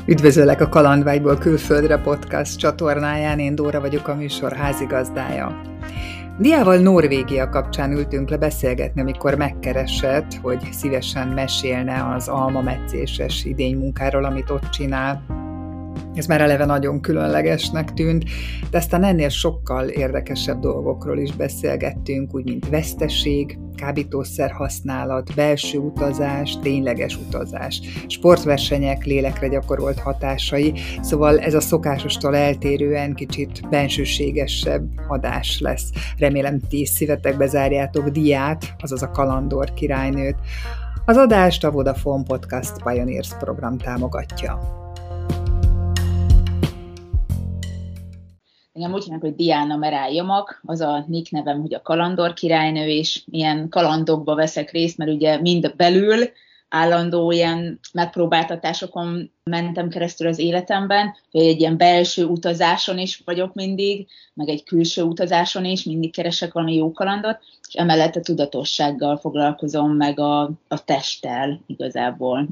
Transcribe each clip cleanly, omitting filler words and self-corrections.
Üdvözöllek a Kalandvágyból külföldre podcast csatornáján, én Dóra vagyok, a műsor házigazdája. Diával Norvégia kapcsán ültünk le beszélgetni, amikor megkeresett, hogy szívesen mesélne az almametszéses idénymunkáról, amit ott csinál. Ez már eleve nagyon különlegesnek tűnt, de aztán ennél sokkal érdekesebb dolgokról is beszélgettünk, úgy mint veszteség, kábítószer használat, belső utazás, tényleges utazás, sportversenyek lélekre gyakorolt hatásai, szóval ez a szokásostól eltérően kicsit bensőségesebb adás lesz. Remélem, ti szívetekbe zárjátok Diát, azaz a Kalandor királynőt. Az adást a Vodafone Podcast Pioneers program támogatja. Engem úgy hívnak, hogy Diana Merály Jamak, az a nick nevem, hogy a Kalandor királynő, és ilyen kalandokba veszek részt, mert ugye mind belül állandó ilyen megpróbáltatásokon mentem keresztül az életemben, hogy egy ilyen belső utazáson is vagyok mindig, meg egy külső utazáson is, mindig keresek valami jó kalandot, és emellett a tudatossággal foglalkozom, meg a testtel igazából.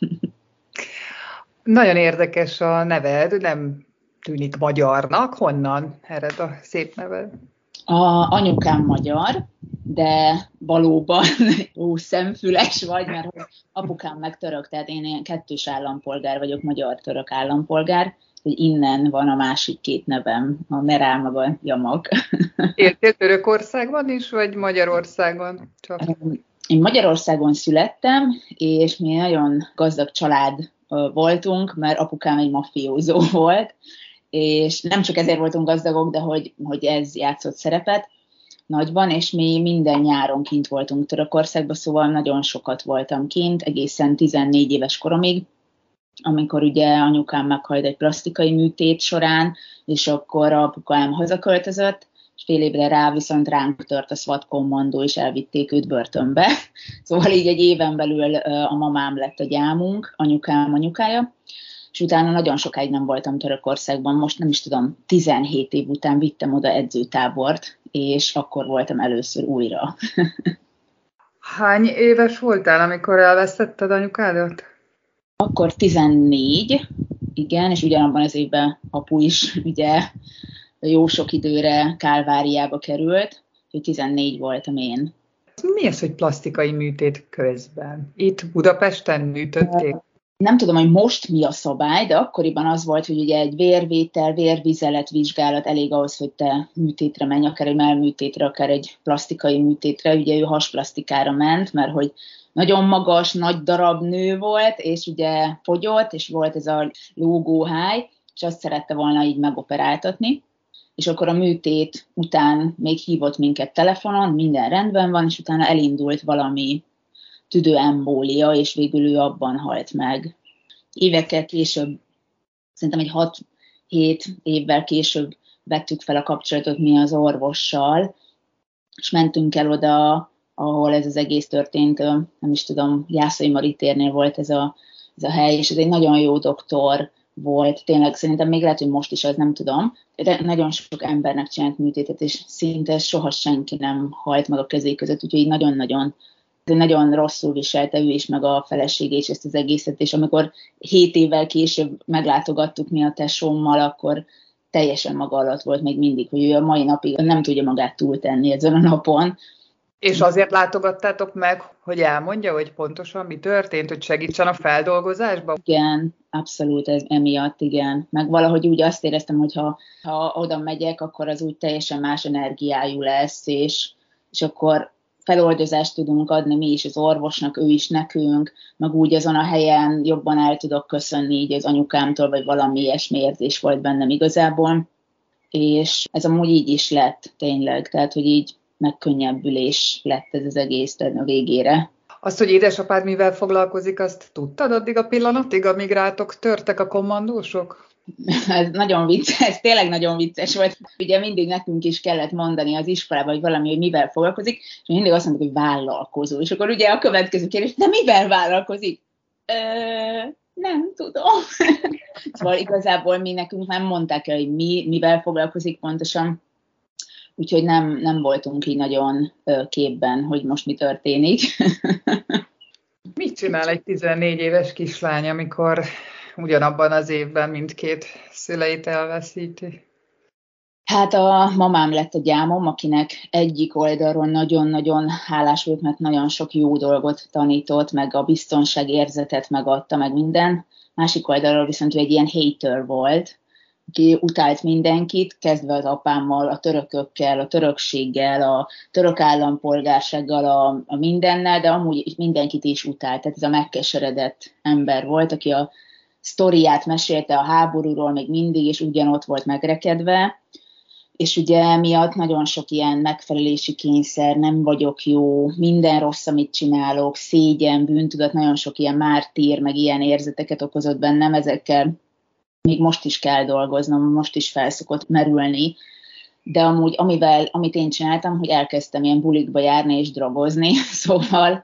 Nagyon érdekes a neved, nem tűnik magyarnak. Honnan ered a szép neved? Anyukám magyar, de valóban szemfüles vagy, mert apukám meg török, tehát én ilyen kettős állampolgár vagyok, magyar-török állampolgár, hogy innen van a másik két nevem, a Merály meg a Jamak. Éltél Törökországban is, vagy Magyarországon csak? Én Magyarországon születtem, és mi nagyon gazdag család voltunk, mert apukám egy mafiózó volt, és nem csak ezért voltunk gazdagok, de hogy ez játszott szerepet nagyban, és mi minden nyáron kint voltunk Törökországban, szóval nagyon sokat voltam kint, egészen 14 éves koromig, amikor ugye anyukám meghalt egy plasztikai műtét során, és akkor apukám hazaköltözött, és fél évre rá viszont ránk tört a SWAT kommandó, és elvitték őt börtönbe. Szóval így egy éven belül a mamám lett a gyámunk, anyukám anyukája, és utána nagyon sokáig nem voltam Törökországban, most nem is tudom, 17 év után vittem oda edzőtábort, és akkor voltam először újra. Hány éves voltál, amikor elvesztetted anyukádat? Akkor 14, igen, és ugyanabban az évben apu is ugye jó sok időre Kálváriába került, hogy 14 voltam én. Mi az, hogy plasztikai műtét közben? Itt Budapesten műtötték? Nem tudom, hogy most mi a szabály, de akkoriban az volt, hogy ugye egy vérvétel, vérvizeletvizsgálat elég ahhoz, hogy te műtétre menj, akár egy mellműtétre, akár egy plasztikai műtétre. Ugye ő hasplasztikára ment, mert hogy nagyon magas, nagy darab nő volt, és ugye fogyott, és volt ez a lógóháj, és azt szerette volna így megoperáltatni. És akkor a műtét után még hívott minket telefonon, minden rendben van, és utána elindult valami tüdőembólia, és végül ő abban halt meg. Évekkel később, szerintem egy 6-7 évvel később vettük fel a kapcsolatot mi az orvossal, és mentünk el oda, ahol ez az egész történt, nem is tudom, Jászai Mari térnél volt ez a hely, és ez egy nagyon jó doktor volt, tényleg szerintem még lehet, hogy most is az, nem tudom, de nagyon sok embernek csinált műtétet, és szinte soha senki nem halt meg a kezé között, úgyhogy nagyon rosszul viselte ő is, meg a felesége is ezt az egészet, és amikor 7 évvel később meglátogattuk mi a tesómmal, akkor teljesen maga alatt volt még mindig, hogy ő a mai napig nem tudja magát túltenni ezen a napon. És azért látogattátok meg, hogy elmondja, hogy pontosan mi történt, hogy segítsen a feldolgozásban? Igen, abszolút ez emiatt, igen. Meg valahogy úgy azt éreztem, hogy ha oda megyek, akkor az úgy teljesen más energiájú lesz, és akkor feloldozást tudunk adni mi is az orvosnak, ő is nekünk, meg úgy azon a helyen jobban el tudok köszönni így az anyukámtól, vagy valami ilyesmi érzés volt bennem igazából. És ez amúgy így is lett tényleg, tehát hogy így megkönnyebbülés lett ez az egész a végére. Azt, hogy édesapád mivel foglalkozik, azt tudtad addig a pillanatig, amíg rátok törtek a kommandósok? Ez nagyon vicces, ez tényleg nagyon vicces volt. Ugye mindig nekünk is kellett mondani az iskolában, hogy valami, hogy mivel foglalkozik, és mindig azt mondtuk, hogy vállalkozó. És akkor ugye a következő kérdés, de mivel vállalkozik? Nem tudom. Szóval igazából nekünk nem mondták el, hogy mivel foglalkozik pontosan. Úgyhogy nem voltunk így nagyon képben, hogy most mi történik. Mit csinál egy 14 éves kislány, amikor ugyanabban az évben mindkét szüleit elveszíti? Hát a mamám lett a gyámom, akinek egyik oldalról nagyon-nagyon hálás volt, mert nagyon sok jó dolgot tanított, meg a biztonságérzetet megadta, meg minden. Másik oldalról viszont ő egy ilyen hater volt, aki utált mindenkit, kezdve az apámmal, a törökökkel, a törökséggel, a török állampolgársággal, a mindennel, de amúgy mindenkit is utált. Tehát ez a megkeseredett ember volt, aki a sztoriát mesélte a háborúról még mindig, és ugyanott volt megrekedve. És ugye miatt nagyon sok ilyen megfelelési kényszer, nem vagyok jó, minden rossz, amit csinálok, szégyen, bűntudat, nagyon sok ilyen mártír, meg ilyen érzeteket okozott bennem, ezekkel még most is kell dolgoznom, most is fel szokott merülni, de amúgy amit én csináltam, hogy elkezdtem ilyen bulikba járni és drogozni, szóval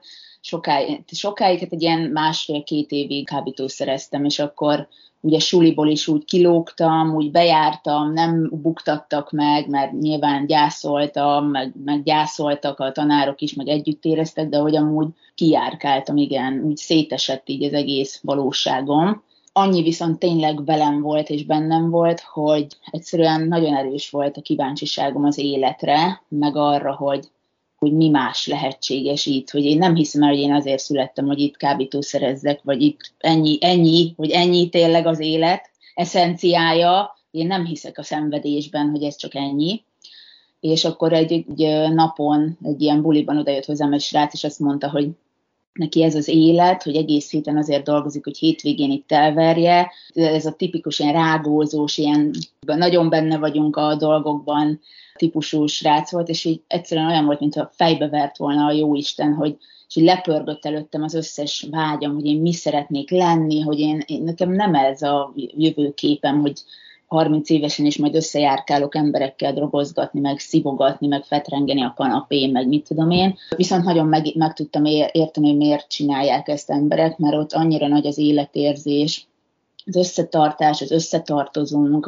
sokáig hát egy ilyen 1,5-2 évig kábítószereztem, és akkor ugye suliból is úgy kilógtam, úgy bejártam, nem buktattak meg, mert nyilván gyászoltam, meg gyászoltak a tanárok is, meg együtt éreztek, de hogy amúgy kijárkáltam, igen, úgy szétesett így az egész valóságom. Annyi viszont tényleg velem volt és bennem volt, hogy egyszerűen nagyon erős volt a kíváncsiságom az életre, meg arra, hogy mi más lehetséges itt, hogy én nem hiszem el, hogy én azért születtem, hogy itt kábítószerezzek, vagy itt ennyi, hogy ennyi tényleg az élet eszenciája, én nem hiszek a szenvedésben, hogy ez csak ennyi. És akkor egy napon, egy ilyen buliban odajött hozzám egy srác, és azt mondta, hogy neki ez az élet, hogy egész héten azért dolgozik, hogy hétvégén itt elverje. Ez a tipikus ilyen rágózós, ilyen nagyon benne vagyunk a dolgokban típusú srác volt, és így egyszerűen olyan volt, mintha fejbe vert volna a jóisten, hogy és így lepörgött előttem az összes vágyam, hogy én mi szeretnék lenni, hogy én nekem nem ez a jövőképem, hogy 30 évesen is majd összejárkálok emberekkel drogozgatni, meg szivogatni, meg fetrengeni a kanapén, meg mit tudom én. Viszont nagyon meg tudtam érteni, hogy miért csinálják ezt emberek, mert ott annyira nagy az életérzés, az összetartás, az összetartozunk,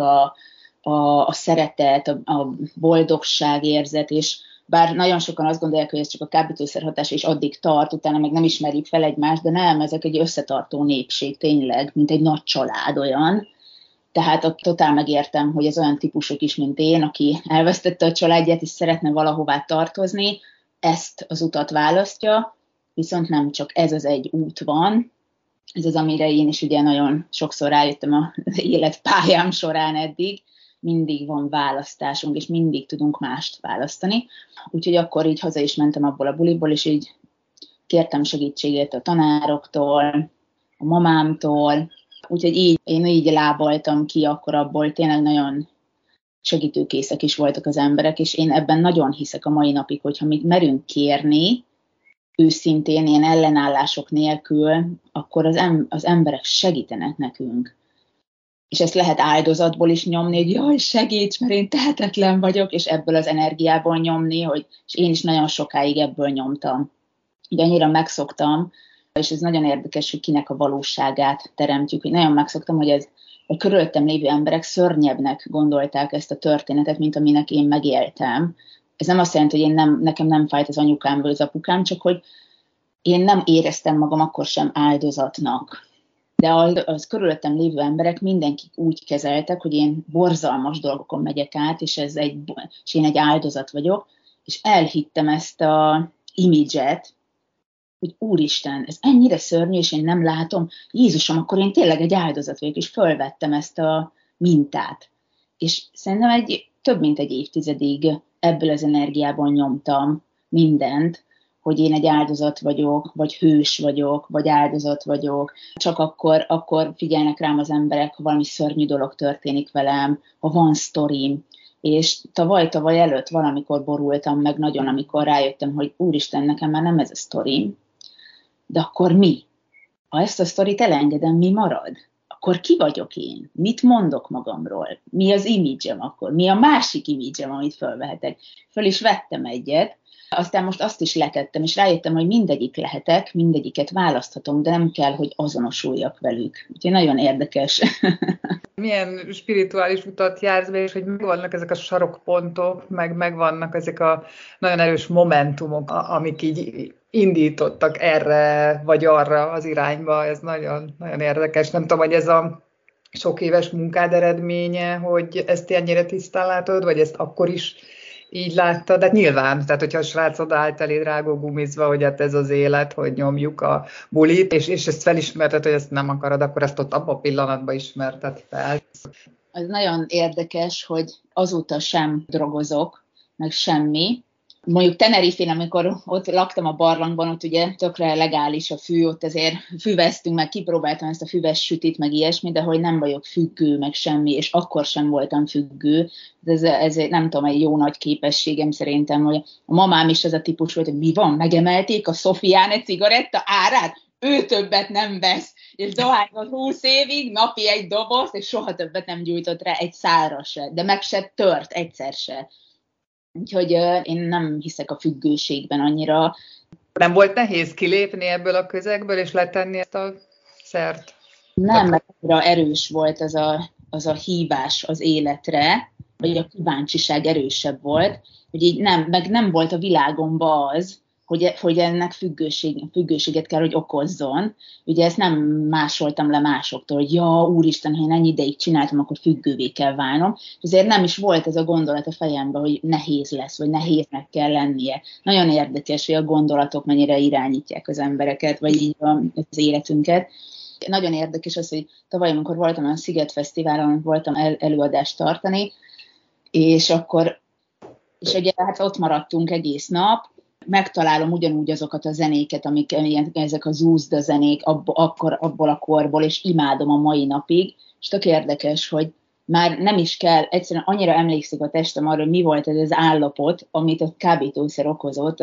a szeretet, a boldogság érzet, és bár nagyon sokan azt gondolják, hogy ez csak a kábítószer hatás, és addig tart, utána meg nem ismerjük fel egymást, de nem, ezek egy összetartó népség tényleg, mint egy nagy család olyan. Tehát totál megértem, hogy ez olyan típusok is, mint én, aki elvesztette a családját, és szeretne valahová tartozni, ezt az utat választja, viszont nem csak ez az egy út van, ez az, amire én is ugye nagyon sokszor rájöttem az életpályám során eddig, mindig van választásunk, és mindig tudunk mást választani. Úgyhogy akkor így haza is mentem abból a buliból, és így kértem segítséget a tanároktól, a mamámtól, úgyhogy én így lábaltam ki akkor abból, tényleg nagyon segítőkészek is voltak az emberek, és én ebben nagyon hiszek a mai napig, hogyha mi merünk kérni, őszintén, ilyen ellenállások nélkül, akkor az emberek segítenek nekünk. És ezt lehet áldozatból is nyomni, hogy jaj, segíts, mert én tehetetlen vagyok, és ebből az energiából nyomni, és én is nagyon sokáig ebből nyomtam. Ugye annyira megszoktam, és ez nagyon érdekes, hogy kinek a valóságát teremtjük, hogy nagyon megszoktam, hogy a körülöttem lévő emberek szörnyebbnek gondolták ezt a történetet, mint aminek én megéltem. Ez nem azt jelenti, hogy nekem nem fájt az anyukám vagy az apukám, csak hogy én nem éreztem magam akkor sem áldozatnak. De az körülöttem lévő emberek mindenki úgy kezeltek, hogy én borzalmas dolgokon megyek át, és én egy áldozat vagyok, és elhittem ezt a imidzset, hogy úristen, ez ennyire szörnyű, és én nem látom, Jézusom, akkor én tényleg egy áldozat vagyok, és fölvettem ezt a mintát. És szerintem több mint egy évtizedig ebből az energiából nyomtam mindent, hogy én egy áldozat vagyok, vagy hős vagyok, vagy áldozat vagyok. Csak akkor figyelnek rám az emberek, ha valami szörnyű dolog történik velem, ha van sztorim. És tavaly előtt valamikor borultam meg nagyon, amikor rájöttem, hogy úristen, nekem már nem ez a sztorim, de akkor mi? Ha ezt a sztorit elengedem, mi marad? Akkor ki vagyok én? Mit mondok magamról? Mi az imidzsem akkor? Mi a másik imidzsem, amit fölvehetek? Föl is vettem egyet, aztán most azt is letettem, és rájöttem, hogy mindegyik lehetek, mindegyiket választhatom, de nem kell, hogy azonosuljak velük. Úgyhogy nagyon érdekes. Milyen spirituális utat jársz be, és hogy megvannak ezek a sarokpontok, meg megvannak ezek a nagyon erős momentumok, amik így indítottak erre vagy arra az irányba, ez nagyon, nagyon érdekes. Nem tudom, hogy ez a sok éves munkád eredménye, hogy ezt ennyire tisztán látod, vagy ezt akkor is így láttad? De nyilván, tehát hogyha a srác odaállt eléd rágógumizva, hogy hát ez az élet, hogy nyomjuk a bulit, és ezt felismerted, hogy ezt nem akarod, akkor ezt ott abban a pillanatban ismerted fel. Az nagyon érdekes, hogy azóta sem drogozok, meg semmi. Mondjuk Tenerifén, amikor ott laktam a barlangban, ott ugye tökre legális a fű, ott azért füveztünk, meg kipróbáltam ezt a füves sütit, meg ilyesmi, de hogy nem vagyok függő, meg semmi, és akkor sem voltam függő. Ez nem tudom, egy jó nagy képességem szerintem, hogy a mamám is ez a típus volt, hogy mi van, megemelték a Szofián egy cigaretta árát? Ő többet nem vesz, és dohányozott 20 évig, napi egy dobozt, és soha többet nem gyújtott rá egy szálra se, de meg se tört egyszer se. Úgyhogy én nem hiszek a függőségben annyira. Nem volt nehéz kilépni ebből a közegből, és letenni ezt a szert? Nem, mert annyira erős volt az a hívás az életre, vagy a kíváncsiság erősebb volt, hogy így nem volt a világomban az, hogy ennek függőséget kell, hogy okozzon. Ugye ezt nem másoltam le másoktól, hogy ja, úristen, ha én ennyi ideig csináltam, akkor függővé kell válnom. Ezért nem is volt ez a gondolat a fejemben, hogy nehéz lesz, vagy nehéznek kell lennie. Nagyon érdekes, hogy a gondolatok mennyire irányítják az embereket, vagy így az életünket. Nagyon érdekes az, hogy tavaly, amikor voltam a Sziget Fesztiválon, voltam előadást tartani, és ugye hát ott maradtunk egész nap, megtalálom ugyanúgy azokat a zenéket, amik ezek a zúzda zenék abból a korból, és imádom a mai napig, és tök érdekes, hogy már nem is kell, egyszerűen annyira emlékszik a testem arra, hogy mi volt ez az állapot, amit a kábítószer okozott,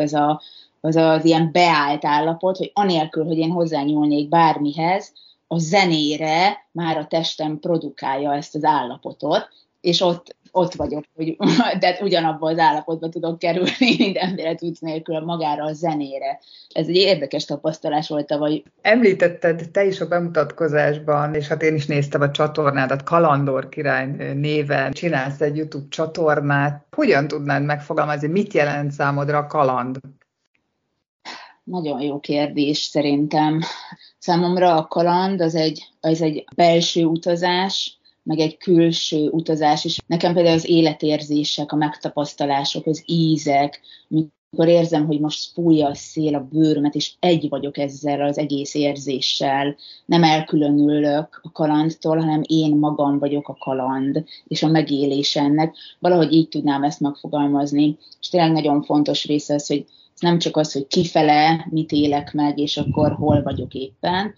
az ilyen beállt állapot, hogy anélkül, hogy én hozzányúlnék bármihez, a zenére már a testem produkálja ezt az állapotot, és ott vagyok, de ugyanabban az állapotban tudok kerülni mindenféle tudsz nélkül magára a zenére. Ez egy érdekes tapasztalás volt tavaly. Említetted te is a bemutatkozásban, és hát én is néztem a csatornádat, Kalandor Király néven csinálsz egy YouTube csatornát. Hogyan tudnád megfogalmazni, mit jelent számodra a kaland? Nagyon jó kérdés szerintem. Számomra a kaland az egy belső utazás, meg egy külső utazás is. Nekem például az életérzések, a megtapasztalások, az ízek, amikor érzem, hogy most fújja a szél a bőrömet, és egy vagyok ezzel az egész érzéssel. Nem elkülönülök a kalandtól, hanem én magam vagyok a kaland, és a megélés ennek. Valahogy így tudnám ezt megfogalmazni. És tényleg nagyon fontos része az, hogy ez nem csak az, hogy kifele mit élek meg, és akkor hol vagyok éppen,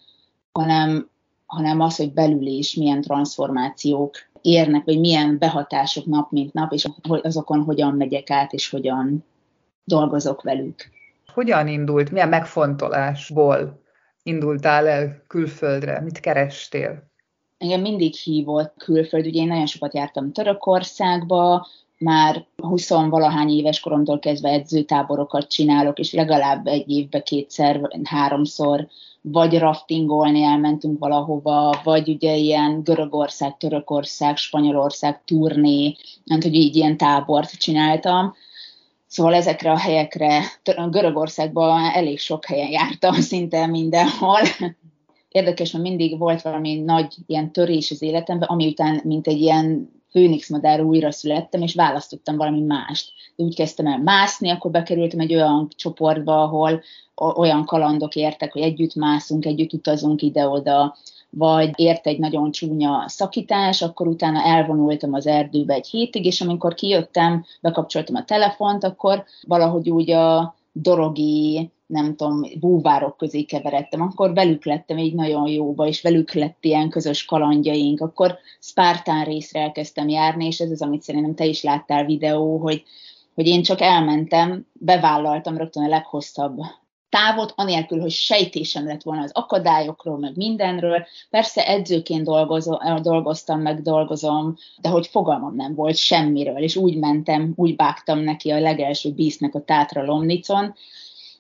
hanem az, hogy belül is milyen transformációk érnek, vagy milyen behatások nap mint nap, és azokon hogyan megyek át, és hogyan dolgozok velük. Hogyan indult, milyen megfontolásból indultál el külföldre? Mit kerestél? Engem mindig hívott külföld, ugye én nagyon sokat jártam Törökországba, már 20-valahány éves koromtól kezdve edzőtáborokat csinálok, és legalább egy évben 2-3-szor vagy raftingolni elmentünk valahova, vagy ugye ilyen Görögország, Törökország, Spanyolország turné, mert hogy így ilyen tábort csináltam. Szóval ezekre a helyekre, Görögországban elég sok helyen jártam, szinte mindenhol. Érdekes, mert mindig volt valami nagy ilyen törés az életemben, ami után, mint egy ilyen főnixmadár újra születtem, és választottam valami mást. De úgy kezdtem el mászni, akkor bekerültem egy olyan csoportba, ahol olyan kalandok értek, hogy együtt mászunk, együtt utazunk ide-oda, vagy ért egy nagyon csúnya szakítás, akkor utána elvonultam az erdőbe egy hétig, és amikor kijöttem, bekapcsoltam a telefont, akkor valahogy úgy a dorogi, nem tudom, búvárok közé keveredtem, akkor velük lettem így nagyon jóba, és velük lett ilyen közös kalandjaink, akkor Spártán részre elkezdtem járni, és ez az, amit szerintem te is láttál videó, hogy én csak elmentem, bevállaltam rögtön a leghosszabb távot, anélkül, hogy sejtésem lett volna az akadályokról, meg mindenről. Persze edzőként dolgoztam, meg dolgozom, de hogy fogalmam nem volt semmiről, és úgy mentem, úgy vágtam neki a legelső bíznek a Tátra Lomnicon,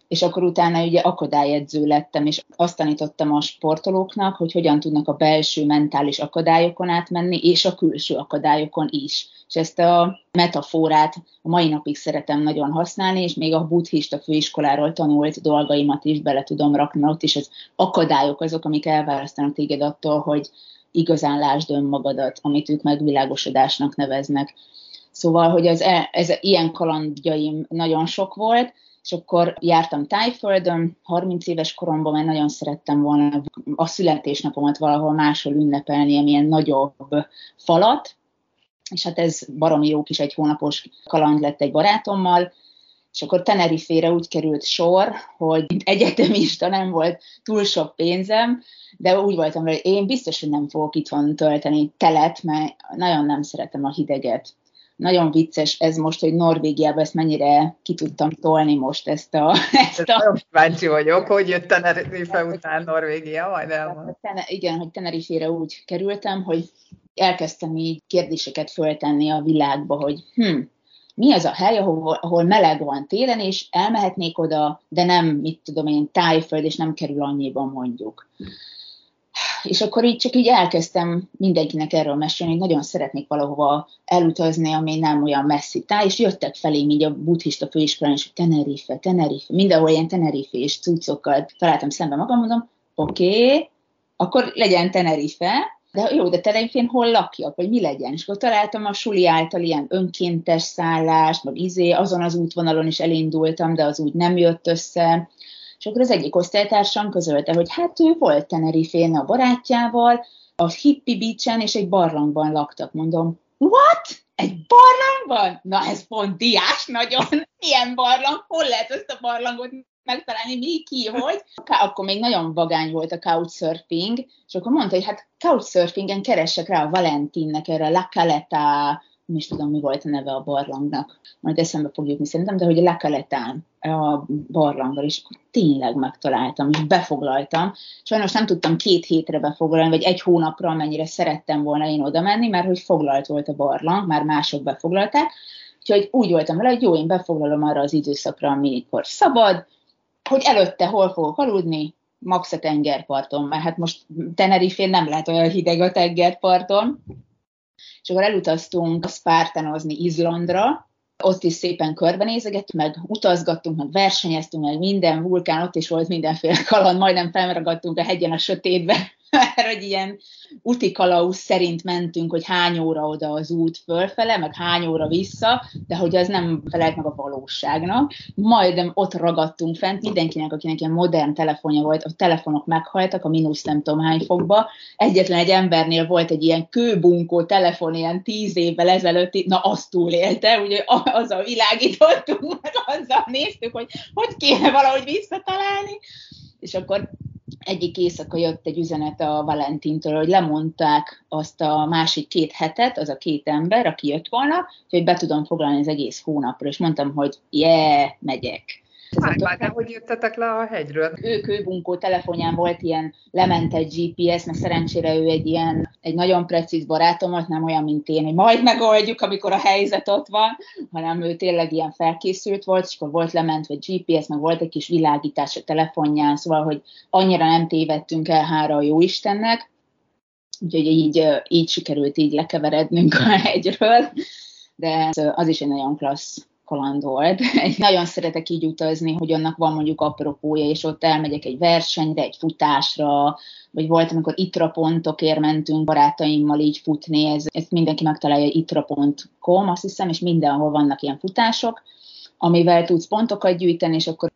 és akkor utána ugye akadályedző lettem, és azt tanítottam a sportolóknak, hogy hogyan tudnak a belső mentális akadályokon átmenni, és a külső akadályokon is. És ezt a metaforát a mai napig szeretem nagyon használni, és még a buddhista főiskoláról tanult dolgaimat is bele tudom rakni, mert ott is az akadályok azok, amik elválasztanak téged attól, hogy igazán lásd önmagadat, amit ők megvilágosodásnak neveznek. Szóval, hogy ez ilyen kalandjaim nagyon sok volt, és akkor jártam Tájföldön, 30 éves koromban, mert nagyon szerettem volna a születésnapomat valahol máshol ünnepelni, ilyen nagyobb falat, és hát ez baromi jó kis 1 hónapos kaland lett egy barátommal, és akkor Tenerifére úgy került sor, hogy egyetemista nem volt túl sok pénzem, de úgy voltam, hogy én biztos, hogy nem fogok itthon tölteni telet, mert nagyon nem szeretem a hideget. Nagyon vicces ez most, hogy Norvégiában ezt mennyire ki tudtam tolni most ezt a... Nagyon kíváncsi vagyok, hogy jött Tenerife után Norvégia, majd elmondom. Igen, hogy Tenerifére úgy kerültem, hogy elkezdtem így kérdéseket föltenni a világba, hogy mi az a hely, ahol meleg van télen, és elmehetnék oda, de nem, mit tudom én, Tájföld, és nem kerül annyiban mondjuk. És akkor így csak így elkezdtem mindenkinek erről mesélni, hogy nagyon szeretnék valahova elutazni, ami nem olyan messzi táj, és jöttek felém így a buddhista főiskolán, és Tenerife, mindenhol ilyen Tenerife és cuccokkal találtam szembe magam, mondom, oké, akkor legyen Tenerife, de jó, de Tenerifén hol lakjak, vagy mi legyen? És akkor találtam a suli által ilyen önkéntes szállást, meg azon az útvonalon is elindultam, de az úgy nem jött össze. És akkor az egyik osztálytársam közölte, hogy hát ő volt Tenerifén a barátjával, a Hippie Beach-en és egy barlangban laktak. Mondom, what? Egy barlangban? Na ez pont diás nagyon. Milyen barlang? Hol lehet ezt a barlangot megtalálni? Mi, ki, hogy? Akkor még nagyon vagány volt a couchsurfing, és akkor mondta, hogy hát couchsurfingen keressek rá a Valentinnek, erre a La Caleta, nem is tudom, mi volt a neve a barlangnak. Majd eszembe fog jutni szerintem, de hogy a La Caletán a barlanggal is tényleg megtaláltam, és befoglaltam. Sajnos nem tudtam 2 hétre befoglalni, vagy 1 hónapra, amennyire szerettem volna én oda menni, mert hogy foglalt volt a barlang, már mások befoglalták. Úgyhogy úgy voltam vele, hogy jó, én befoglalom arra az időszakra, amikor szabad, hogy előtte hol fogok aludni, max a tengerparton, mert hát most Tenerifén nem lehet olyan hideg a tengerparton. És akkor elutaztunk szpártánozni Izlandra, ott is szépen körbenézegettünk, meg utazgattunk, meg versenyeztünk, meg minden vulkán, ott is volt mindenféle kaland, majdnem felragadtunk a hegyen a sötétbe, mert hogy ilyen úti kalauz szerint mentünk, hogy hány óra oda az út fölfele, meg hány óra vissza, de hogy az nem felelt meg a valóságnak. Majdnem ott ragadtunk fent, mindenkinek, akinek ilyen modern telefonja volt, a telefonok meghaltak a mínusz nem tudom hány fokba. Egyetlen egy embernél volt egy ilyen kőbunkó telefon, ilyen 10 évvel ezelőtt, na azt túlélte, ugye azzal világítottunk, meg azzal néztük, hogy kéne valahogy visszatalálni, és akkor egyik éjszaka jött egy üzenet a Valentintől, hogy lemondták azt a másik 2 hetet, az a 2 ember, aki jött volna, hogy be tudom foglalni az egész hónapra, és mondtam, hogy megyek. De hogy jöttetek le a hegyről? Ő kőbunkó telefonján volt ilyen lementett GPS, mert szerencsére ő egy nagyon precíz barátom volt, nem olyan, mint én, hogy majd megoldjuk, amikor a helyzet ott van, hanem ő tényleg ilyen felkészült volt, és akkor volt lementve GPS, meg volt egy kis világítás a telefonján, szóval, hogy annyira nem tévedtünk el, hála a jóistennek, úgyhogy így sikerült így lekeverednünk a hegyről, de az is egy nagyon klassz kaland volt. Nagyon szeretek így utazni, hogy annak van mondjuk apropója, és ott elmegyek egy versenyre, egy futásra, vagy volt, amikor itrapontokért mentünk barátaimmal így futni, ezt mindenki megtalálja, itra.com, azt hiszem, és mindenhol vannak ilyen futások, amivel tudsz pontokat gyűjteni, és akkor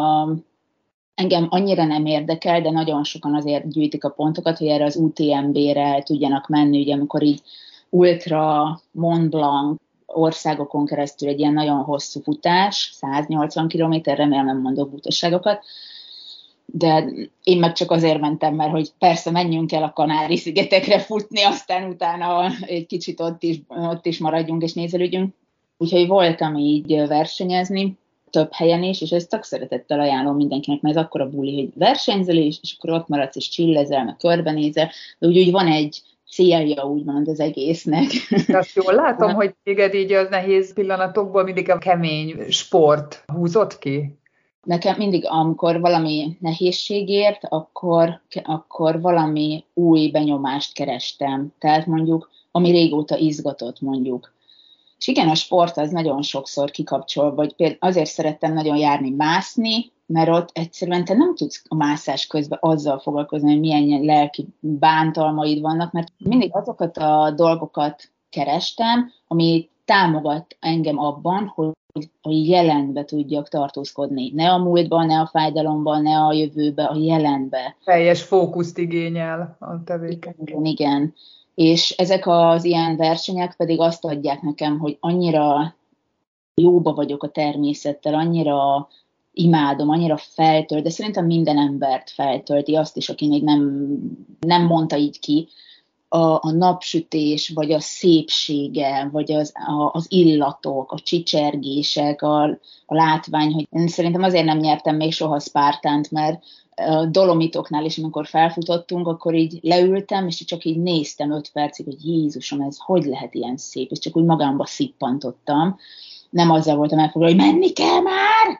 engem annyira nem érdekel, de nagyon sokan azért gyűjtik a pontokat, hogy erre az UTMB-re tudjanak menni, ugye amikor így Ultra, Mont Blanc, országokon keresztül egy ilyen nagyon hosszú futás, 180 km, remélem nem mondok butaságokat, de én meg csak azért mentem, mert hogy persze menjünk el a Kanári-szigetekre futni, aztán utána egy kicsit ott is maradjunk és nézelődjünk. Úgyhogy voltam így versenyezni több helyen is, és ezt tök szeretettel ajánlom mindenkinek, mert ez akkora buli, hogy versenyzelés, és akkor ott maradsz és chillezel, meg körbenézel, de úgy van egy célja, úgymond az egésznek. Azt jól látom, hogy téged így az nehéz pillanatokból mindig a kemény sport húzott ki? Nekem mindig, amikor valami nehézség ért, akkor valami új benyomást kerestem. Tehát mondjuk, ami régóta izgatott mondjuk. És igen, a sport az nagyon sokszor kikapcsol, vagy például azért szerettem nagyon járni mászni, mert ott egyszerűen te nem tudsz a mászás közben azzal foglalkozni, hogy milyen lelki bántalmaid vannak, mert mindig azokat a dolgokat kerestem, ami támogat engem abban, hogy a jelenbe tudjak tartózkodni. Ne a múltban, ne a fájdalomban, ne a jövőbe, a jelenbe. Teljes fókuszt igényel a tevékenység. Igen. És ezek az ilyen versenyek pedig azt adják nekem, hogy annyira jóba vagyok a természettel, annyira imádom, annyira feltölt, de szerintem minden embert feltölti, azt is, aki még nem mondta így ki, a napsütés, vagy a szépsége, vagy az illatok, a csicsergések, a látvány, hogy én szerintem azért nem nyertem még soha Spartant, mert a Dolomitoknál is, amikor felfutottunk, akkor így leültem, és csak így néztem 5 percig, hogy Jézusom, ez hogy lehet ilyen szép, és csak úgy magamba szippantottam. Nem azzal voltam elfoglalva, hogy menni kell már!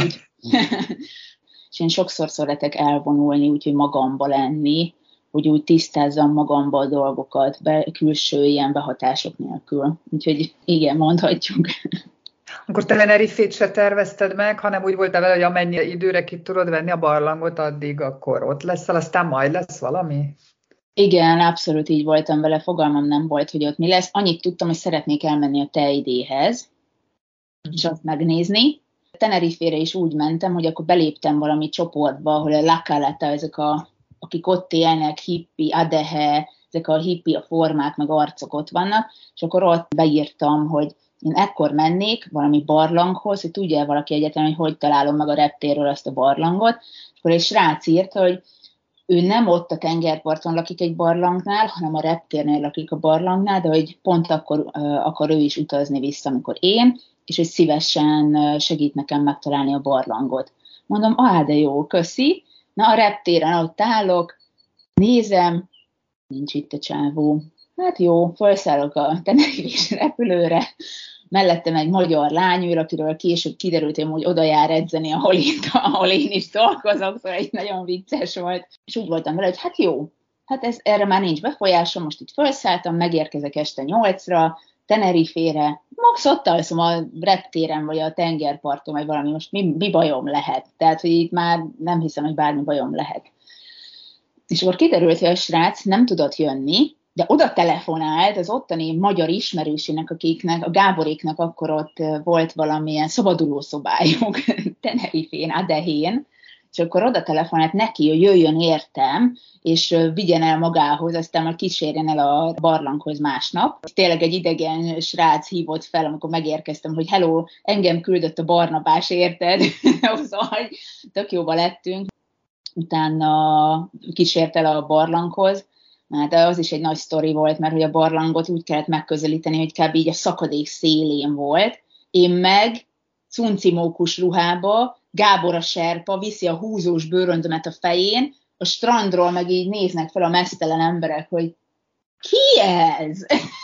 És én sokszor szeretek elvonulni, úgyhogy magamba lenni, hogy úgy tisztázzam magamba a dolgokat, külső ilyen behatások nélkül. Úgyhogy igen, mondhatjuk. Akkor Tenerifét se tervezted meg, hanem úgy voltál vele, hogy amennyi időre ki tudod venni a barlangot, addig akkor ott leszel, aztán majd lesz valami? Igen, abszolút így voltam vele, fogalmam nem volt, hogy ott mi lesz. Annyit tudtam, hogy szeretnék elmenni a Teidéhez, és azt megnézni. Tenerifére is úgy mentem, hogy akkor beléptem valami csoportba, ahol a La Caleta, ezek akik ott élnek, hippi, adehe, ezek a hippi, a formák, meg arcok ott vannak, és akkor ott beírtam, hogy én ekkor mennék valami barlanghoz, hogy tudja valaki egyetem, hogy találom meg a reptérről azt a barlangot, és akkor egy srác írta, hogy ő nem ott a tengerparton lakik egy barlangnál, hanem a reptérnél lakik a barlangnál, de hogy pont akkor akar ő is utazni vissza, amikor én, és hogy szívesen segít nekem megtalálni a barlangot. Mondom, de jó, köszi. Na, a reptéren ott állok, nézem, nincs itt a csávó. Hát jó, felszállok a Tenerifés repülőre, mellettem egy magyar lány, akiről később kiderült, hogy oda jár edzeni, ahol én is dolgozok, szóval egy nagyon vicces volt. És úgy voltam vele, hogy hát jó, hát erre már nincs befolyásom, most itt felszálltam, megérkezek este 8-ra, Tenerifére, max ott alszom a reptéren, vagy a tengerparton, vagy valami, most mi bajom lehet. Tehát, hogy itt már nem hiszem, hogy bármi bajom lehet. És akkor kiderült, hogy a srác nem tudott jönni, de oda telefonált az ottani magyar ismerősének, akiknek, a Gáboréknak akkor ott volt valamilyen szabadulószobájuk Tenerifén, Adehén, és akkor oda telefonált neki, hogy jöjjön értem, és vigyen el magához, aztán majd kísérjen el a barlanghoz másnap. Tényleg egy idegen srác hívott fel, amikor megérkeztem, hogy hello, engem küldött a Barnabás, érted? Szóval tök jóba lettünk. Utána kísért el a barlanghoz, de az is egy nagy sztori volt, mert hogy a barlangot úgy kellett megközelíteni, hogy kb. Így a szakadék szélén volt. Én meg cuncimókus ruhába, Gábor a serpa viszi a húzós bőröndömet a fején, a strandról meg így néznek fel a meztelen emberek, hogy ki ez?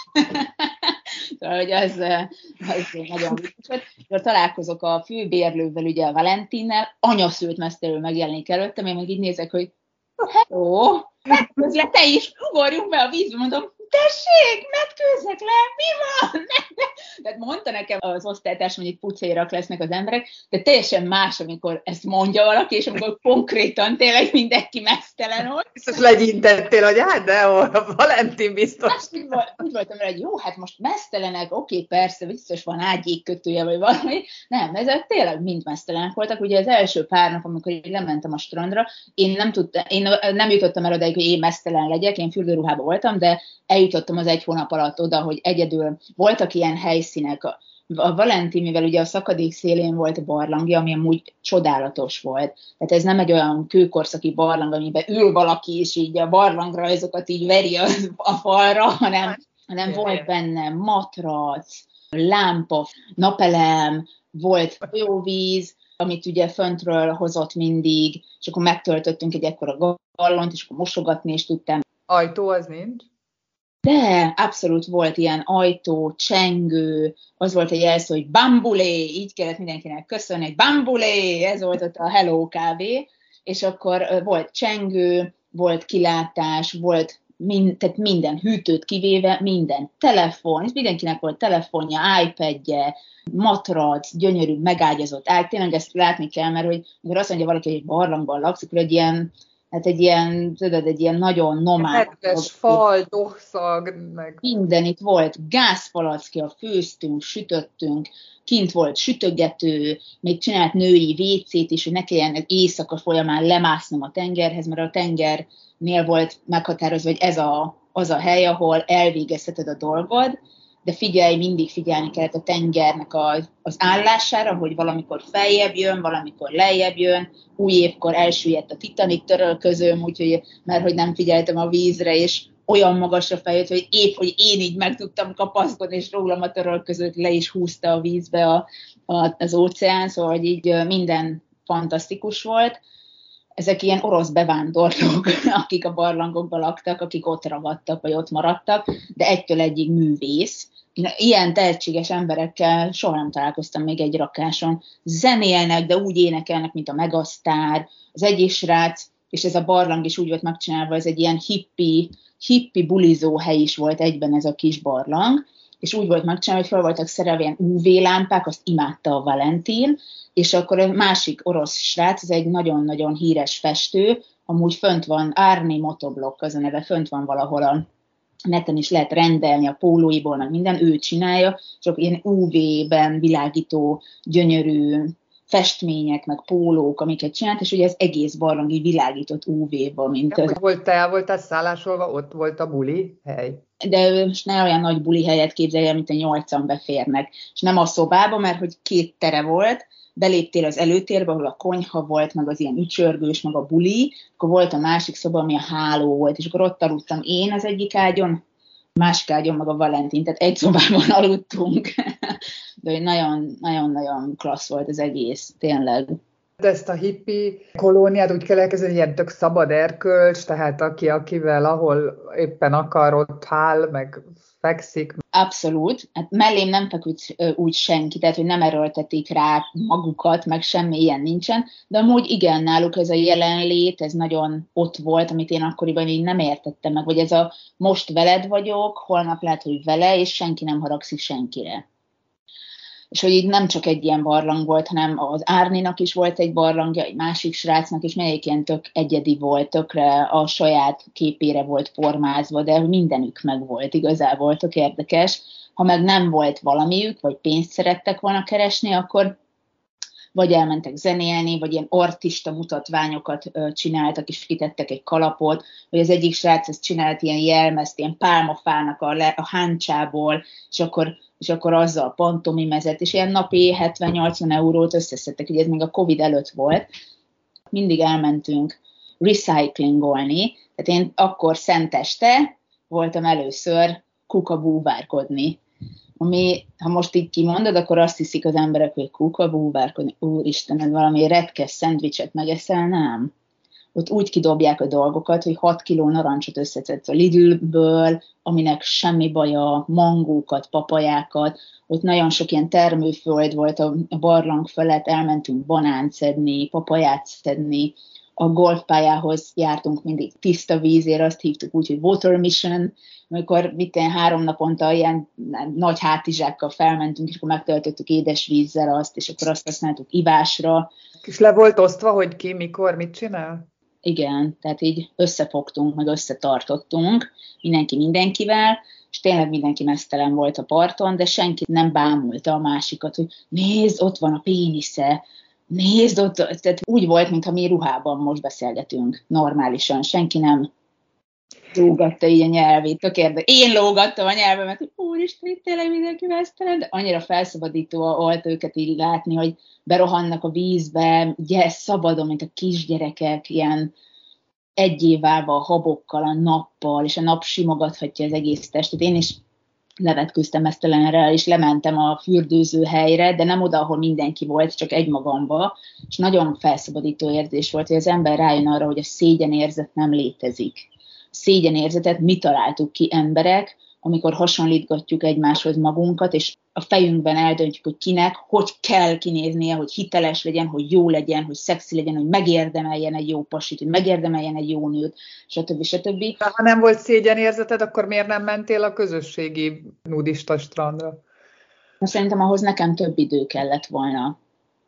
Szóval, hogy az nagyon vicces. Találkozok a főbérlővel, ugye a Valentinnel, anyaszült mesztelenül megjelenik előttem, én meg így nézek, hogy hello, metkőzlek, te is, ugorjunk be a vízbe, mondom, tessék, metkőzzek le, mi van? Tehát mondta nekem az osztálytársam, hogy itt pucérak lesznek az emberek, de teljesen más, amikor ezt mondja valaki, és amikor konkrétan tényleg mindenki mesztelen volt. Biztos legyintettél, hogy de a Valentin biztos. Hát, úgy voltam vele, hogy jó, hát most mesztelenek, oké, persze, biztos van ágyékkötője, vagy valami. Nem, ezek tényleg mind mesztelenek voltak. Ugye az első pár nap, amikor lementem a strandra, én nem jutottam el odaig, hogy én mesztelen legyek, én fürdőruhában voltam, de eljutottam az 1 hónap alatt oda, hogy egyedül voltak ilyen helyszínek. A Valentin, mivel ugye a szakadék szélén volt a barlangja, ami amúgy csodálatos volt. Tehát ez nem egy olyan kőkorszaki barlang, amiben ül valaki, és így a barlangrajzokat így veri a falra, hanem volt benne matrac, lámpa, napelem, volt folyóvíz, amit ugye föntről hozott mindig, és akkor megtöltöttünk egy ekkora gallont, és akkor mosogatni is tudtam. Ajtó az nincs? De abszolút volt ilyen ajtó, csengő, az volt egy jelszó, hogy bambulé, így kellett mindenkinek köszönni, hogy bambulé, ez volt ott a Hello kávé, és akkor volt csengő, volt kilátás, volt tehát minden hűtőt kivéve, minden telefon, és mindenkinek volt telefonja, iPadje, matrac, gyönyörű, megágyazott ágy. Tényleg ezt látni kell, mert hogy azt mondja valaki, hogy egy barlangban laksz, akkor egy ilyen nagyon nomád. Nedves fal, dohszag, meg... Minden itt volt, gázpalackja, főztünk, sütöttünk, kint volt sütögető, még csinált női WC-t is, hogy ne kelljen éjszaka folyamán lemásznom a tengerhez, mert a tengernél volt meghatározva, hogy ez az a hely, ahol elvégezheted a dolgod, de mindig figyelni kellett a tengernek az állására, hogy valamikor feljebb jön, valamikor lejjebb jön, új évkor elsüllyedt a Titanic törölközőm, úgyhogy, mert hogy nem figyeltem a vízre, és olyan magasra feljött, hogy épp, hogy én így meg tudtam kapaszkodni, és rólam a törölközőt le is húzta a vízbe az óceán, szóval hogy így minden fantasztikus volt. Ezek ilyen orosz bevándorlók, akik a barlangokban laktak, akik ott ragadtak, vagy ott maradtak, de egytől egyig művész. Ilyen tehetséges emberekkel soha nem találkoztam még egy rakáson. Zenélnek, de úgy énekelnek, mint a Megasztár. Az egyik srác, és ez a barlang is úgy volt megcsinálva, ez egy ilyen hippi bulizó hely is volt egyben ez a kis barlang, és úgy volt megcsinálva, hogy fel voltak szerelve ilyen UV-lámpák, azt imádta a Valentin, és akkor a másik orosz srác, ez egy nagyon-nagyon híres festő, amúgy fönt van, Árni Motoblok az a neve, fönt van valahol a neten is lehet rendelni a pólóiból, meg minden, ő csinálja, csak ilyen UV-ben világító, gyönyörű festmények, meg pólók, amiket csinált, és ugye az egész barlang így világított UV-ba, mint... Voltál szállásolva, ott volt a buli hely? De most ne olyan nagy buli helyet képzelje, mint a 8-an beférnek. És nem a szobába, mert hogy 2 tere volt, beléptél az előtérbe, ahol a konyha volt, meg az ilyen ücsörgős, meg a buli, akkor volt a másik szoba, ami a háló volt, és akkor ott aludtam én az egyik ágyon, a másik ágyon meg a Valentin, tehát egy szobában aludtunk. De nagyon-nagyon klassz volt az egész, tényleg. De ezt a hippi kolóniát úgy kell elkezdeni, ilyen tök szabad erkölcs, tehát akivel ahol éppen akar, ott áll, meg fekszik. Abszolút. Hát mellém nem feküdt úgy senki, tehát hogy nem erőltetik rá magukat, meg semmi ilyen nincsen, de amúgy igen, náluk ez a jelenlét, ez nagyon ott volt, amit én akkoriban így nem értettem meg, vagy ez a most veled vagyok, holnap lehet, hogy vele, és senki nem haragszik senkire. És hogy így nem csak egy ilyen barlang volt, hanem az Árninak is volt egy barlangja, egy másik srácnak, és melyik ilyen tök egyedi volt, tökre a saját képére volt formázva, de mindenük meg volt igazából, tök érdekes. Ha meg nem volt valamiük, vagy pénzt szerettek volna keresni, akkor vagy elmentek zenélni, vagy ilyen artista mutatványokat csináltak, és kitettek egy kalapot, vagy az egyik srác ezt csinált ilyen jelmezt, ilyen pálmafának a háncsából, és akkor azzal pantomimezett, és ilyen napi 70-80 eurót összeszedtek, ugye ez még a Covid előtt volt. Mindig elmentünk recyclingolni, tehát én akkor szenteste voltam először kukabúvárkodni, ami, ha most így kimondod, akkor azt hiszik az emberek, hogy kukabúvárkodni, úristen, ez valami retkes szendvicset megeszel, nem? Ott úgy kidobják a dolgokat, hogy 6 kiló narancsot összeszedsz a Lidlből, aminek semmi baja, mangókat, papajákat, ott nagyon sok ilyen termőföld volt a barlang felett, elmentünk banánt szedni, papaját szedni, a golfpályához jártunk mindig tiszta vízért, azt hívtuk úgy, hogy water mission, amikor 3 naponta ilyen nagy hátizsákkal felmentünk, és akkor megtöltöttük édesvízzel azt, és akkor azt használtuk ivásra. És le volt osztva, hogy ki, mikor, mit csinál? Igen, tehát így összefogtunk, meg összetartottunk, mindenki mindenkivel, és tényleg mindenki meztelen volt a parton, de senki nem bámulta a másikat, hogy nézd, ott van a pénisze, nézd ott, tehát úgy volt, mintha mi ruhában most beszélgetünk normálisan, senki nem lógatta így a nyelvét, tök érdekes. Én lógattam a nyelvemet, hogy úristen, itt tényleg mindenki meztelen, de annyira felszabadító volt őket így látni, hogy berohannak a vízbe, ugye szabadon, mint a kisgyerekek, ilyen egyéválva a habokkal, a nappal, és a nap simogathatja az egész testet. Én is levetkőztem meztelenre, és lementem a fürdőző helyre, de nem oda, ahol mindenki volt, csak egymagamba, és nagyon felszabadító érzés volt, hogy az ember rájön arra, hogy a szégyenérzet nem létezik. szégyenérzetet mi találtuk ki emberek, amikor hasonlítgatjuk egymáshoz magunkat, és a fejünkben eldöntjük, hogy kinek, hogy kell kinéznie, hogy hiteles legyen, hogy jó legyen, hogy szexi legyen, hogy megérdemeljen egy jó pasit, hogy megérdemeljen egy jó nőt, stb. Ha nem volt szégyenérzeted, akkor miért nem mentél a közösségi nudista strandra? Szerintem ahhoz nekem több idő kellett volna.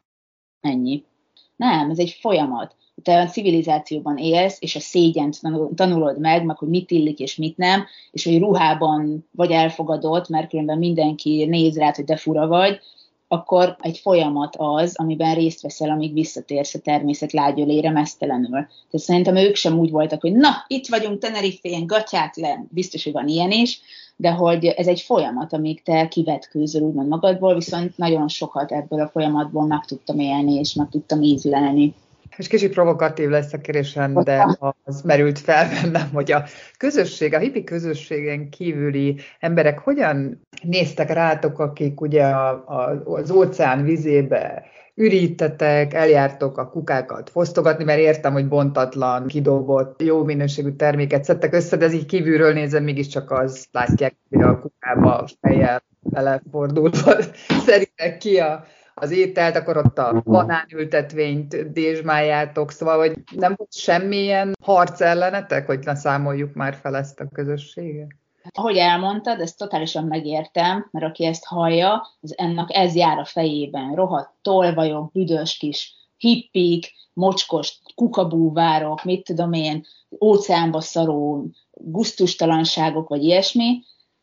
Ennyi. Nem, ez egy folyamat. Te a civilizációban élsz, és a szégyent tanulod meg hogy mit illik és mit nem, és hogy ruhában vagy elfogadott, mert különben mindenki néz rád, hogy de fura vagy, akkor egy folyamat az, amiben részt veszel, amíg visszatérsz a természet lágyölére mesztelenül. Tehát szerintem ők sem úgy voltak, hogy na, itt vagyunk Tenerife-n, gatyát le, biztos, hogy van ilyen is, de hogy ez egy folyamat, amíg te kivetkőzöl úgymond magadból, viszont nagyon sokat ebből a folyamatból meg tudtam élni, és meg tudtam ízlelni. És kicsit provokatív lesz a kérdésem, de az merült fel bennem, hogy a közösség, a hippi közösségen kívüli emberek hogyan néztek rátok, akik ugye az óceán vizébe ürítetek, eljártok a kukákat fosztogatni, mert értem, hogy bontatlan, kidobott, jó minőségű terméket szedtek össze, de ez így kívülről nézve mégiscsak azt látják, hogy a kukába fejjel belefordulva szerintem ki az ételt, akkor ott a banánültetvényt dézsmáljátok, szóval, hogy nem volt semmilyen harc ellenetek, hogy számoljuk már fel ezt a közösséget? Ahogy elmondtad, ezt totálisan megértem, mert aki ezt hallja, ennek ez jár a fejében. Rohadt tolvajok, büdös kis hippik, mocskos kukabúvárok, mit tudom én, óceánba szaró gusztustalanságok, vagy ilyesmi,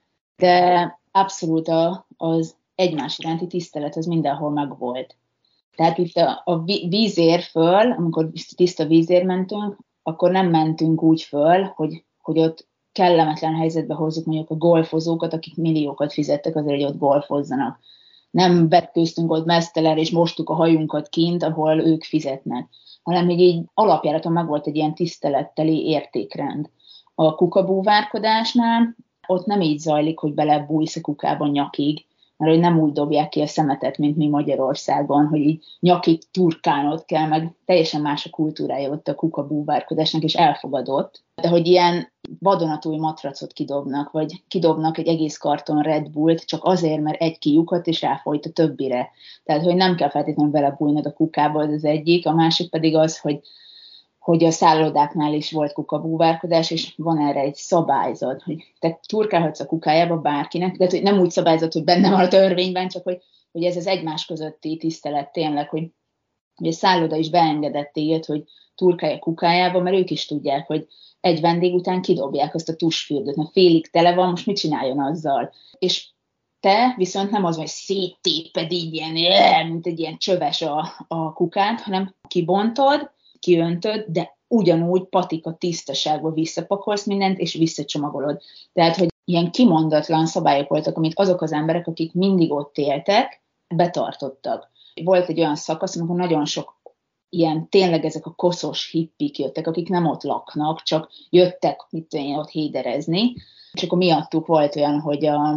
de abszolút az egymás iránti tisztelet az mindenhol megvolt. Tehát itt a vízér föl, amikor tiszta vízér mentünk, akkor nem mentünk úgy föl, hogy ott kellemetlen helyzetbe hozzuk mondjuk a golfozókat, akik milliókat fizettek azért, hogy ott golfozzanak. Nem vetkőztünk ott mesztelen, és mostuk a hajunkat kint, ahol ők fizetnek, hanem így alapjáraton megvolt egy ilyen tiszteletteli értékrend. A kukabúvárkodásnál ott nem így zajlik, hogy belebújsz a kukában nyakig, mert hogy nem úgy dobják ki a szemetet, mint mi Magyarországon, hogy így nyakig turkálnod kell, meg teljesen más a kultúrája ott a kukabúvárkodásnak, és elfogadott. De hogy ilyen vadonatúj matracot kidobnak, vagy kidobnak egy egész karton Red Bullt, csak azért, mert egy kiukat, és ráfolyt a többire. Tehát, hogy nem kell feltétlenül belebújnod a kukába, az egyik, a másik pedig az, hogy a szállodáknál is volt kukabúvárkodás, és van erre egy szabályzat, hogy te turkálhatsz a kukájába bárkinek, de nem úgy szabályzat, hogy benne van a törvényben, csak hogy ez az egymás közötti tisztelet tényleg, hogy a szálloda is beengedett téged, hogy turkálj a kukájába, mert ők is tudják, hogy egy vendég után kidobják azt a tusfürdőt, mert félig tele van, most mit csináljon azzal? És te viszont nem az, hogy széttéped így ilyen, mint egy ilyen csöves a kukát, hanem kibontod, kiöntöd, de ugyanúgy patika tisztaságba visszapakolsz mindent, és visszacsomagolod. Tehát, hogy ilyen kimondatlan szabályok voltak, amit azok az emberek, akik mindig ott éltek, betartottak. Volt egy olyan szakasz, amikor nagyon sok ilyen, tényleg ezek a koszos hippik jöttek, akik nem ott laknak, csak jöttek, ott héderezni, és akkor miattuk volt olyan, hogy a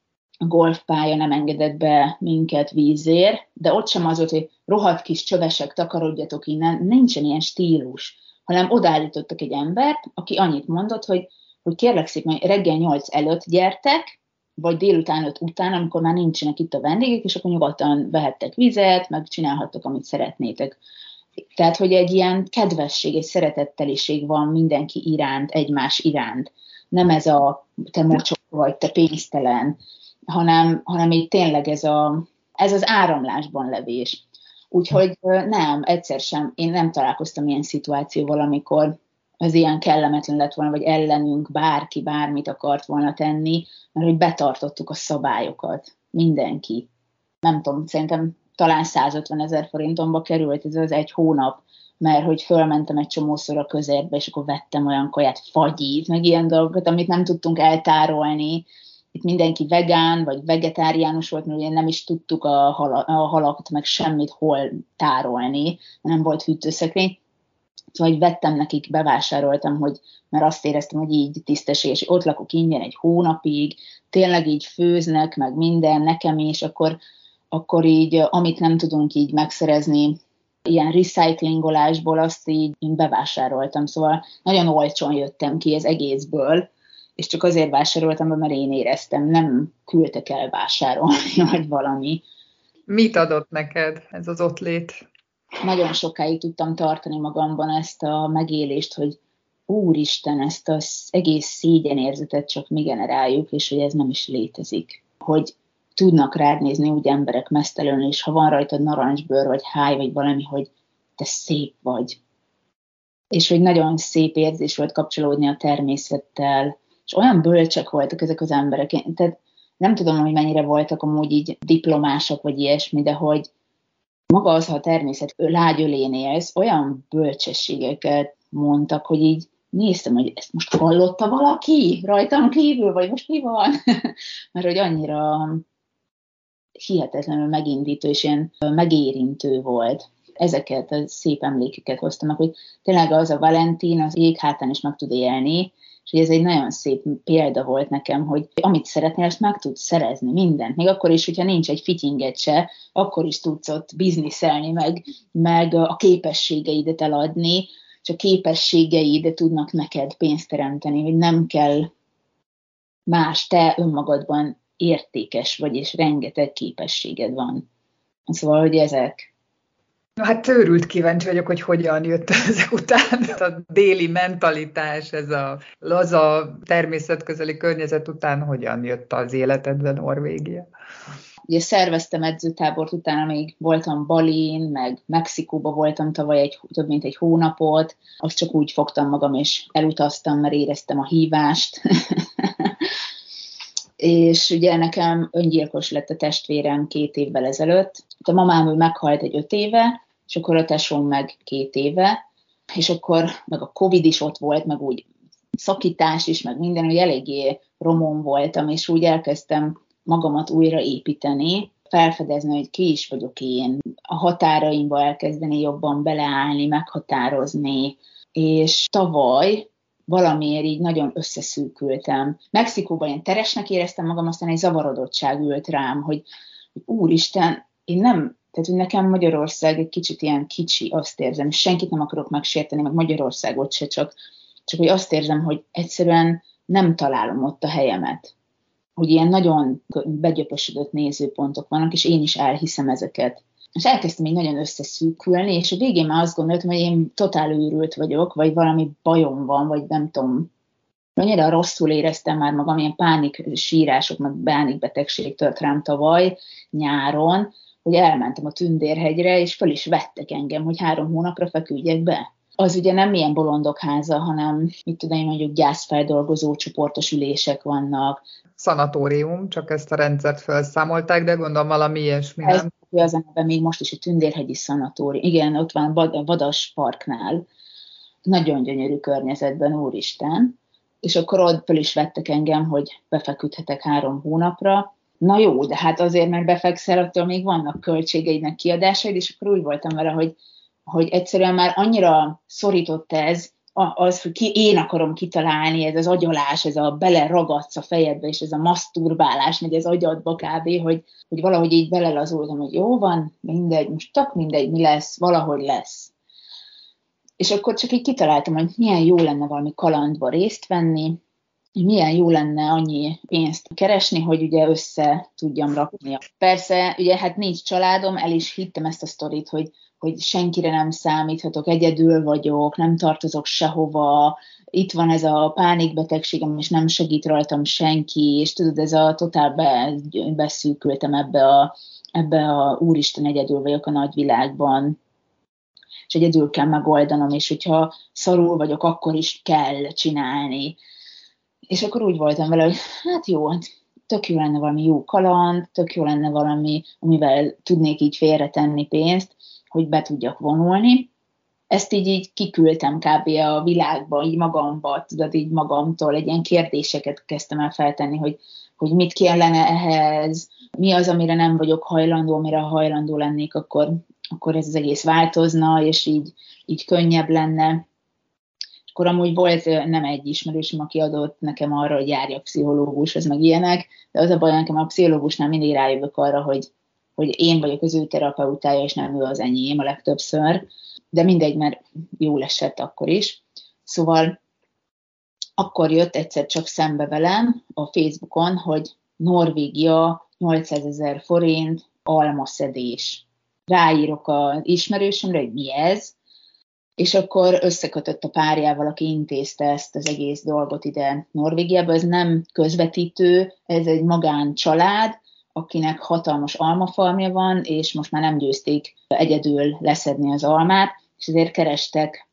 golfpálya nem engedett be minket vízért, de ott sem az volt, hogy rohadt kis csövesek, takarodjatok innen, nincsen ilyen stílus, hanem odaállítottak egy embert, aki annyit mondott, hogy kérlek szépen, reggel 8 előtt gyertek, vagy délután 5 után, amikor már nincsenek itt a vendégek, és akkor nyugodtan vehettek vizet, meg csinálhattok, amit szeretnétek. Tehát, hogy egy ilyen kedvesség, egy szeretetteliség van mindenki iránt, egymás iránt. Nem ez a te mocsok vagy, te pénztelen, hanem így tényleg ez az áramlásban levés. Úgyhogy nem, egyszer sem, én nem találkoztam ilyen szituációval, amikor az ilyen kellemetlen lett volna, vagy ellenünk bárki bármit akart volna tenni, mert hogy betartottuk a szabályokat, mindenki. Nem tudom, szerintem talán 150 000 forintomba került ez az egy hónap, mert hogy fölmentem egy csomószor a közértbe, és akkor vettem olyan kaját, fagyit, meg ilyen dolgokat, amit nem tudtunk eltárolni. Itt mindenki vegán, vagy vegetáriánus volt, mert ugye nem is tudtuk a halakat, meg semmit hol tárolni, nem volt hűtőszekrény. Szóval vettem nekik, bevásároltam, mert azt éreztem, hogy így tisztességes, ott lakok ingyen egy hónapig, tényleg így főznek, meg minden, nekem is, akkor így, amit nem tudunk így megszerezni ilyen recyclingolásból azt így bevásároltam, szóval nagyon olcsón jöttem ki az egészből, és csak azért vásároltam be, mert én éreztem, nem küldtek el vásárolni, vagy valami. Mit adott neked ez az ott lét? Nagyon sokáig tudtam tartani magamban ezt a megélést, hogy úristen, ezt az egész szégyenérzetet csak mi generáljuk, és hogy ez nem is létezik. Hogy tudnak rád nézni úgy emberek mesztelenül, és ha van rajtad narancsbőr, vagy háj, vagy valami, hogy te szép vagy. És hogy nagyon szép érzés volt kapcsolódni a természettel, és olyan bölcsek voltak ezek az emberek. Tehát nem tudom, hogy mennyire voltak amúgy így diplomások, vagy ilyesmi, de hogy maga az, ha a természet lágy ölén élsz, olyan bölcsességeket mondtak, hogy így néztem, hogy ezt most hallotta valaki rajtam kívül, vagy most mi van? Mert hogy annyira hihetetlenül megindító és ilyen megérintő volt. Ezeket a szép emlékeket hoztam meg, hogy tényleg az a Valentin az jéghátán is meg tud élni, és ez egy nagyon szép példa volt nekem, hogy amit szeretnél, azt meg tudsz szerezni, mindent. Még akkor is, hogyha nincs egy fityinget se, akkor is tudsz ott bizniszelni, meg a képességeidet eladni, és a képességeid tudnak neked pénzt teremteni, hogy nem kell más, te önmagadban értékes vagy, és rengeteg képességed van. Szóval, hogy ezek. Na hát őrült kíváncsi vagyok, hogy hogyan jött ezek után. A déli mentalitás, ez a laza természetközeli környezet után hogyan jött az életedbe Norvégia? Ugye szerveztem edzőtábort, utána még voltam Balin, meg Mexikóba voltam tavaly több mint egy hónapot, azt csak úgy fogtam magam, és elutaztam, mert éreztem a hívást. És ugye nekem öngyilkos lett a testvérem 2 évvel ezelőtt. A mamám meghalt egy 5 éve, és akkor a tesóm meg 2 éve, és akkor meg a Covid is ott volt, meg úgy szakítás is, meg minden, hogy eléggé romon voltam, és úgy elkezdtem magamat újra építeni, felfedezni, hogy ki is vagyok én, a határaimba elkezdeni jobban beleállni, meghatározni, és tavaly valamiért így nagyon összeszűkültem. Mexikóban ilyen teresnek éreztem magam, aztán egy zavarodottság ült rám, hogy úristen, én nem, tehát hogy nekem Magyarország egy kicsit ilyen kicsi, azt érzem, és senkit nem akarok megsérteni, meg Magyarországot se, csak hogy azt érzem, hogy egyszerűen nem találom ott a helyemet. Hogy ilyen nagyon begyöpösödött nézőpontok vannak, és én is elhiszem ezeket. És elkezdtem így nagyon összeszűkülni, és a végén már azt gondoltam, hogy én totál őrült vagyok, vagy valami bajom van, vagy nem tudom. Annyira rosszul éreztem már magam, ilyen pánik sírások, meg pánikbetegség tört rám tavaly nyáron, hogy elmentem a Tündérhegyre, és föl is vettek engem, hogy 3 hónapra feküdjek be. Az ugye nem ilyen bolondok háza, hanem mit tudom én, mondjuk gyászfeldolgozó csoportos ülések vannak. Szanatórium, csak ezt a rendszert felszámolták, de gondolom valami ilyesmi, nem? Az a neve még most is a Tündérhegyi Szanatórium. Igen, ott van a Vadas Parknál. Nagyon gyönyörű környezetben, úristen. És akkor ott föl is vettek engem, hogy befeküdhetek 3 hónapra. Na jó, de hát azért, mert befekszel, attól még vannak költségeidnek, kiadásaid, és akkor úgy voltam vele, hogy egyszerűen már annyira szorított ez, az, hogy én akarom kitalálni, ez az agyalás, ez a beleragadsz a fejedbe, és ez a maszturbálás megy az agyadba kb., hogy valahogy így belelazultam, hogy jó van, mindegy, most tök mindegy, mi lesz, valahogy lesz. És akkor csak így kitaláltam, hogy milyen jó lenne valami kalandba részt venni, milyen jó lenne annyi pénzt keresni, hogy ugye össze tudjam rakni. Persze, ugye hát nincs családom, el is hittem ezt a sztorit, hogy senkire nem számíthatok, egyedül vagyok, nem tartozok sehova, itt van ez a pánikbetegségem, és nem segít rajtam senki, és tudod, ez a totál beszűkültem ebbe a úristen, egyedül vagyok a nagyvilágban, és egyedül kell megoldanom, és hogyha szarul vagyok, akkor is kell csinálni. És akkor úgy voltam vele, hogy hát jó, tök jó lenne valami jó kaland, tök jó lenne valami, amivel tudnék így félretenni pénzt, hogy be tudjak vonulni. Ezt így kiküldtem kb. A világba, így magamba, tudod, így magamtól, egy ilyen kérdéseket kezdtem el feltenni, hogy mit kellene ehhez, mi az, amire nem vagyok hajlandó, amire hajlandó lennék, akkor ez az egész változna, és így könnyebb lenne. Akkor amúgy volt nem egy ismerősöm, aki adott nekem arra, hogy járjak pszichológushoz, meg ilyenek, de az a baj, nekem a pszichológusnál mindig rájövök arra, hogy hogy én vagyok az ő terapeutája, és nem ő az enyém a legtöbbször, de mindegy, mert jól esett akkor is. Szóval akkor jött egyszer csak szembe velem a Facebookon, hogy Norvégia 800 000 forint almaszedés. Ráírok az ismerősömre, hogy mi ez, és akkor összekötött a párjával, aki intézte ezt az egész dolgot ide Norvégiába. Ez nem közvetítő, ez egy magáncsalád, akinek hatalmas almafarmja van, és most már nem győzték egyedül leszedni az almát, és ezért kerestek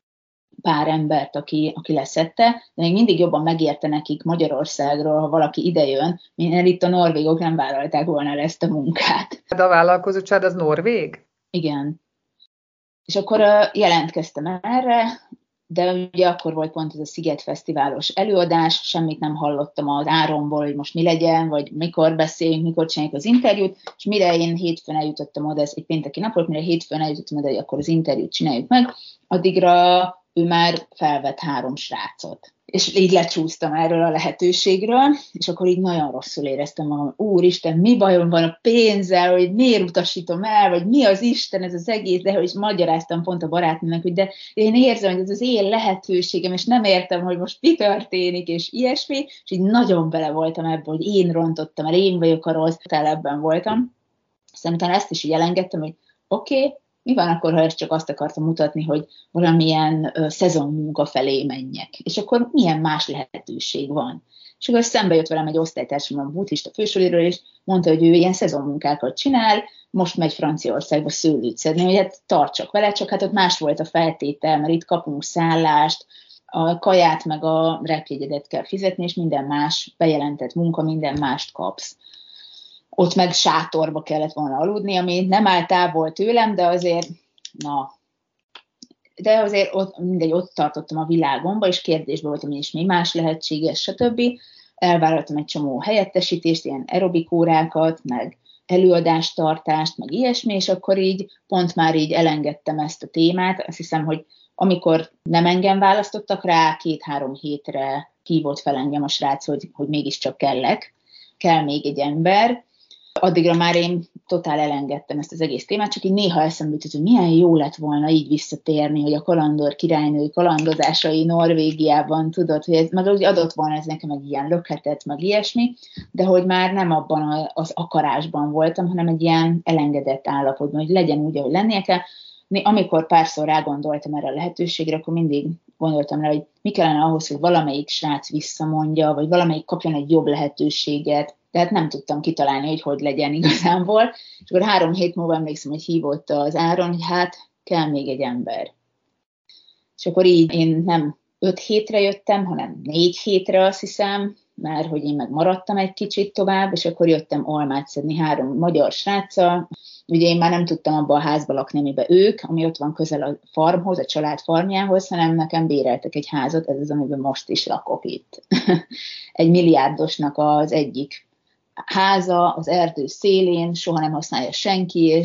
pár embert, aki leszedte, de még mindig jobban megérte nekik Magyarországról, ha valaki idejön, mert itt a norvégok nem vállalták volna el ezt a munkát. De a vállalkozó család az norvég? Igen. És akkor jelentkeztem erre, de ugye akkor volt pont ez a Szigetfesztiválos előadás, semmit nem hallottam az Áronból, hogy most mi legyen, vagy mikor beszéljünk, mikor csináljuk az interjút, és mire én hétfőn eljutottam oda, ez egy pénteki nap volt, mire hétfőn eljutottam oda, hogy akkor az interjút csináljuk meg, addigra ő már felvett 3 srácot. És így lecsúsztam erről a lehetőségről, és akkor így nagyon rosszul éreztem magam, úristen, mi bajom van a pénzzel, hogy miért utasítom el, vagy mi az Isten ez az egész, de hogy magyaráztam pont a barátnőmnek, hogy de én érzem, hogy ez az én lehetőségem, és nem értem, hogy most mi történik, és ilyesmi, és így nagyon bele voltam ebben, hogy én rontottam el, én vagyok a rossz, ebben voltam. Aztán ezt is így elengedtem, hogy oké, mi van akkor, ha ezt csak azt akartam mutatni, hogy valamilyen szezonmunka felé menjek, és akkor milyen más lehetőség van. És akkor szembe jött velem egy osztálytársam a buddhista fősuliról, és mondta, hogy ő ilyen szezonmunkákat csinál, most megy Franciaországba szőlőt szedni, hogy hát tartsak vele, csak hát ott más volt a feltétel, mert itt kapunk szállást, a kaját meg a repjegyedet kell fizetni, és minden más bejelentett munka, minden mást kapsz. Ott meg sátorba kellett volna aludni, ami nem áll távol tőlem, de azért, ott tartottam a világomba, és kérdésbe voltam, és mi más lehetséges, stb. Elvállaltam egy csomó helyettesítést, ilyen aerobik órákat, meg előadástartást, meg ilyesmi, és akkor így pont már így elengedtem ezt a témát. Azt hiszem, hogy amikor nem engem választottak rá, 2-3 hétre hívott fel engem a srác, hogy mégiscsak kell még egy ember. Addigra már én totál elengedtem ezt az egész témát, csak így néha eszembe jutott, hogy milyen jó lett volna így visszatérni, hogy a kalandor királynői kalandozásai Norvégiában, tudod, hogy ez meg úgy adott volna ez nekem egy ilyen lökhetet, meg ilyesmi, de hogy már nem abban az akarásban voltam, hanem egy ilyen elengedett állapotban, hogy legyen úgy, ahogy lennie kell. Amikor párszor rágondoltam erre a lehetőségre, akkor mindig gondoltam rá, hogy mi kellene ahhoz, hogy valamelyik srác visszamondja, vagy valamelyik kapjon egy jobb lehetőséget, tehát nem tudtam kitalálni, hogy legyen igazából. És akkor 3 hét múlva emlékszem, hogy hívott az Áron, hogy hát kell még egy ember. És akkor így én nem 5 hétre jöttem, hanem 4 hétre azt hiszem, mert hogy én meg maradtam egy kicsit tovább, és akkor jöttem almát szedni 3 magyar sráccal. Ugye én már nem tudtam abba a házba lakni, amiben ők, ami ott van közel a farmhoz, a család farmjához, hanem nekem béreltek egy házat, ez az, amiben most is lakok itt. Egy milliárdosnak az egyik háza, az erdő szélén, soha nem használja senki,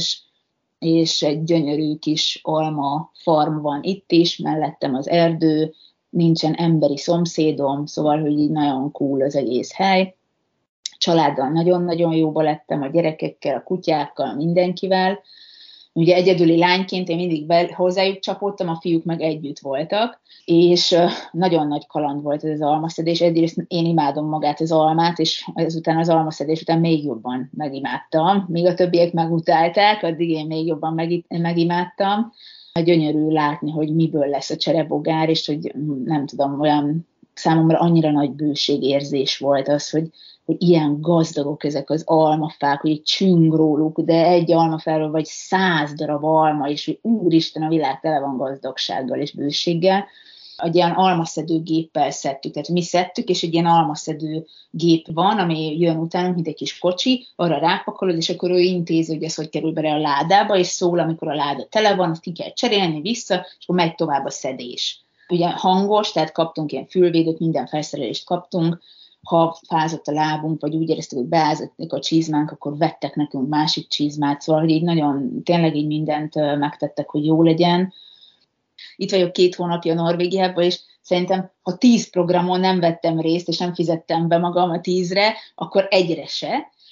és egy gyönyörű kis alma farm van itt is, mellettem az erdő, nincsen emberi szomszédom, szóval, hogy így nagyon cool az egész hely. Családdal nagyon-nagyon jóba lettem, a gyerekekkel, a kutyákkal, mindenkivel. Ugye egyedüli lányként én mindig hozzájuk csapódtam, a fiúk meg együtt voltak, és nagyon nagy kaland volt ez az almaszedés. Egyrészt én imádom magát az almát, és ezután az almaszedés után még jobban megimádtam. Míg a többiek megutálták, addig én még jobban megimádtam. Gyönyörű látni, hogy miből lesz a cserebogár, és hogy nem tudom, olyan számomra annyira nagy bőségérzés volt az, hogy ilyen gazdagok ezek az almafák, hogy csüng róluk, de egy almafáról vagy 100 darab alma, és hogy úristen, a világ tele van gazdagsággal és bőséggel. Egy ilyen almaszedő géppel szedtük, tehát mi szedtük, és egy ilyen almaszedő gép van, ami jön utánunk, mint egy kis kocsi, arra rápakolod, és akkor ő intézi, hogy ez hogy kerül bele a ládába, és szól, amikor a láda tele van, azt ki kell cserélni vissza, és akkor megy tovább a szedés. Ugye hangos, tehát kaptunk ilyen fülvédőt, minden felszerelést kaptunk, ha fázott a lábunk, vagy úgy éreztük, hogy beázottak a csizmánk, akkor vettek nekünk másik csizmát, szóval hogy így nagyon, tényleg így mindent megtettek, hogy jó legyen. Itt vagyok 2 hónapja Norvégiában, és szerintem, ha 10 programon nem vettem részt, és nem fizettem be magam a 10-re, akkor egyre se.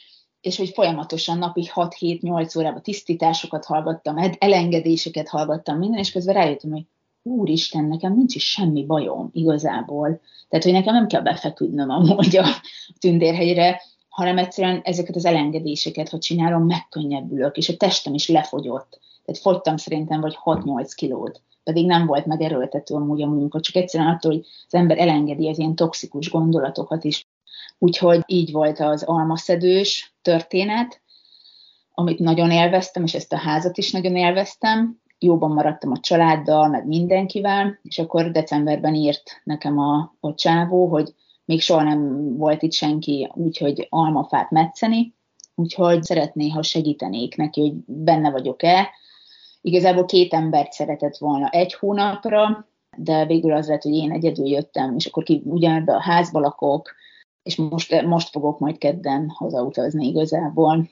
és hogy folyamatosan napi 6-7-8 órában tisztításokat hallgattam, elengedéseket hallgattam, minden, és közben rájöttem, hogy úristen, nekem nincs is semmi bajom igazából. Tehát, hogy nekem nem kell befeküdnöm amúgy a Tündérhegyre, hanem egyszerűen ezeket az elengedéseket, ha csinálom, megkönnyebbülök, és a testem is lefogyott. Tehát fogytam szerintem vagy 6-8 kilót, pedig nem volt megerőltető amúgy a munka, csak egyszerűen attól, hogy az ember elengedi az ilyen toxikus gondolatokat is. Úgyhogy így volt az almaszedős történet, amit nagyon élveztem, és ezt a házat is nagyon élveztem. Jóban maradtam a családdal, meg mindenkivel, és akkor decemberben írt nekem a csávó, hogy még soha nem volt itt senki úgy, hogy almafát metszeni, úgyhogy szeretné, ha segítenék neki, hogy benne vagyok-e. Igazából 2 embert szeretett volna 1 hónapra, de végül az lett, hogy én egyedül jöttem, és akkor ugyanebben a házba lakok, és most fogok majd kedden hazautazni igazából.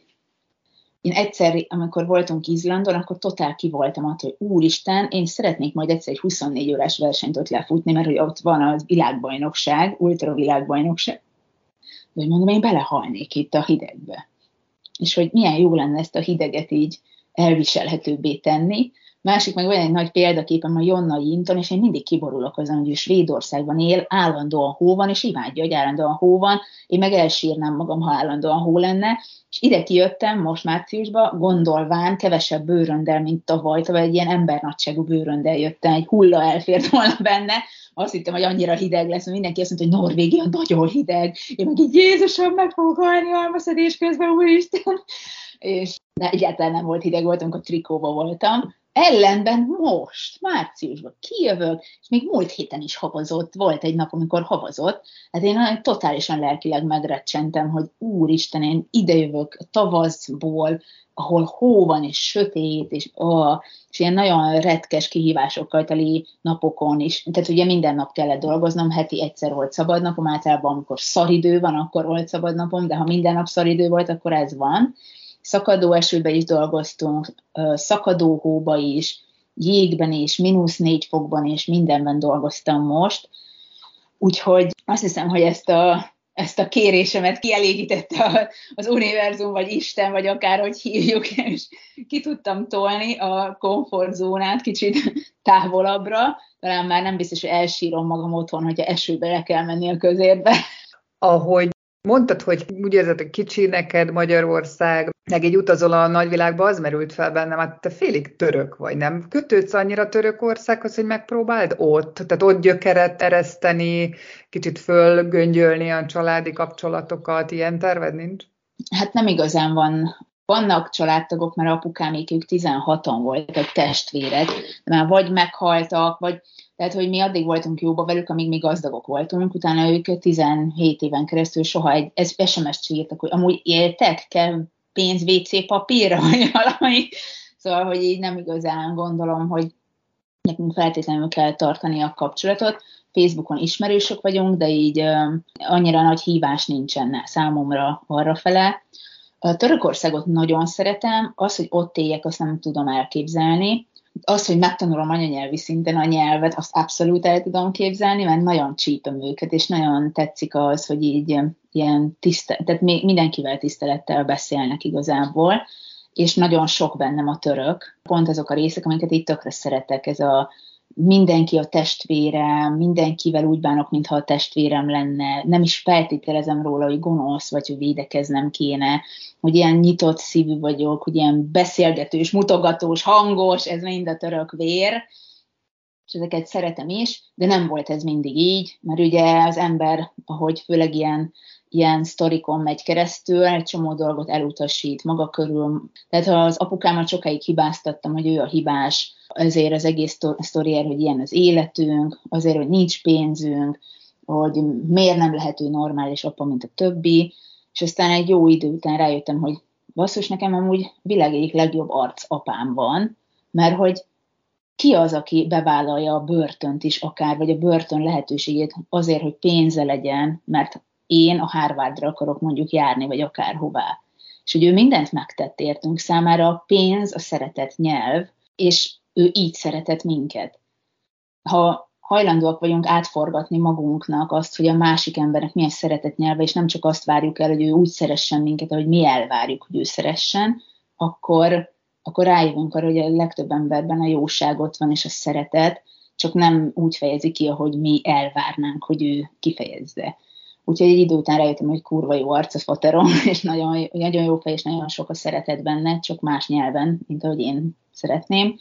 Én egyszer, amikor voltunk Izlandon, akkor totál ki voltam attól, hogy úristen, én szeretnék majd egyszer egy 24 órás versenyt ott lefutni, mert hogy ott van az világbajnokság, ultra világbajnokság. De hogy mondom, én belehalnék itt a hidegbe. És hogy milyen jó lenne ezt a hideget így elviselhetőbbé tenni. Másik meg olyan egy nagy példaképem a Jonnai Inton, és én mindig kiborulok azon, hogy ő Svédországban él, állandóan hó van, és imádja, hogy állandóan hó van. Én meg elsírnám magam, ha állandóan hó lenne. És ide kijöttem most márciusban, gondolván kevesebb bőröndel, mint tavaly egy ilyen embernagyságú bőröndel jöttem, egy hulla elfért volna benne. Azt hittem, hogy annyira hideg lesz, mert mindenki azt mondta, hogy Norvégia nagyon hideg. Én meg így Jézusom, meg fogok halni almaszedés közben, úristen. És egyáltalán nem volt hideg, voltam, amikor trikóba voltam. Ellenben most, márciusban kijövök, és még múlt héten is havazott, volt egy nap, amikor havazott, hát én totálisan lelkileg megrecsentem, hogy úristen, én idejövök tavaszból, ahol hó van, és sötét, és ilyen nagyon retkes kihívásokkal teli napokon is. Tehát ugye minden nap kellett dolgoznom, heti egyszer volt szabadnapom, általában amikor szaridő van, akkor volt szabadnapom, de ha minden nap szaridő volt, akkor ez van. Szakadó esőbe is dolgoztunk, szakadó hóba is, jégben is, -4 fokban is, mindenben dolgoztam most. Úgyhogy azt hiszem, hogy ezt a kérésemet kielégítette az univerzum, vagy Isten, vagy akárhogy hívjuk, és ki tudtam tolni a komfortzónát kicsit távolabbra. Talán már nem biztos, hogy elsírom magam otthon, hogyha esőbe le kell menni a közérbe. Ahogy mondtad, hogy úgy érzed, hogy kicsi neked Magyarország, meg így utazol a nagyvilágba, az merült fel bennem, hát te félig török vagy, nem? Kötődsz annyira Törökországhoz, hogy megpróbáld ott? Tehát ott gyökeret ereszteni, kicsit fölgöngyölni a családi kapcsolatokat, ilyen terved nincs? Hát nem igazán vannak családtagok, mert apukámék ők 16-an voltak testvérek, de már vagy meghaltak, vagy tehát, hogy mi addig voltunk jóba velük, amíg mi gazdagok voltunk, utána ők 17 éven keresztül soha egy SMS-t írtak, hogy amúgy éltek, kell pénz, WC papírra, vagy valami. Szóval, hogy így nem igazán gondolom, hogy nekünk feltétlenül kell tartani a kapcsolatot. Facebookon ismerősök vagyunk, de így annyira nagy hívás nincsen számomra arrafele. A Törökországot nagyon szeretem, az, hogy ott éljek, azt nem tudom elképzelni. Az, hogy megtanulom anyanyelvi szinten a nyelvet, azt abszolút el tudom képzelni, mert nagyon csípem őket, és nagyon tetszik az, hogy így ilyen tehát mindenkivel tisztelettel beszélnek igazából, és nagyon sok bennem a török. Pont azok a részek, amiket így tökre szeretek, ez a mindenki a testvérem, mindenkivel úgy bánok, mintha a testvérem lenne, nem is feltételezem róla, hogy gonosz, vagy hogy védekeznem kéne, hogy ilyen nyitott szívű vagyok, hogy ilyen beszélgetős, mutogatós, hangos, ez mind a török vér, és ezeket szeretem is, de nem volt ez mindig így, mert ugye az ember, ahogy főleg ilyen sztorikon megy keresztül, egy csomó dolgot elutasít maga körül. Tehát ha az apukámat sokáig hibáztattam, hogy ő a hibás, azért az egész sztoriért, hogy ilyen az életünk, azért, hogy nincs pénzünk, hogy miért nem lehet ő normális apa, mint a többi, és aztán egy jó idő után rájöttem, hogy basszus, nekem amúgy világ egyik legjobb apám van, mert hogy ki az, aki bevállalja a börtönt is akár, vagy a börtön lehetőségét azért, hogy pénze legyen, mert én a Harvardra akarok mondjuk járni, vagy akárhová. És hogy ő mindent megtett értünk számára, a pénz, a szeretet nyelv, és ő így szeretett minket. Ha hajlandóak vagyunk átforgatni magunknak azt, hogy a másik embernek milyen szeretetnyelve, és nem csak azt várjuk el, hogy ő úgy szeressen minket, ahogy mi elvárjuk, hogy ő szeressen, akkor rájövünk arra, hogy a legtöbb emberben a jóság ott van, és a szeretet, csak nem úgy fejezi ki, ahogy mi elvárnánk, hogy ő kifejezze. Úgyhogy egy idő után rájöttem, hogy kurva jó arc a faterom, és nagyon jó fej, és nagyon sok a szeretet benne, csak más nyelven, mint ahogy én szeretném.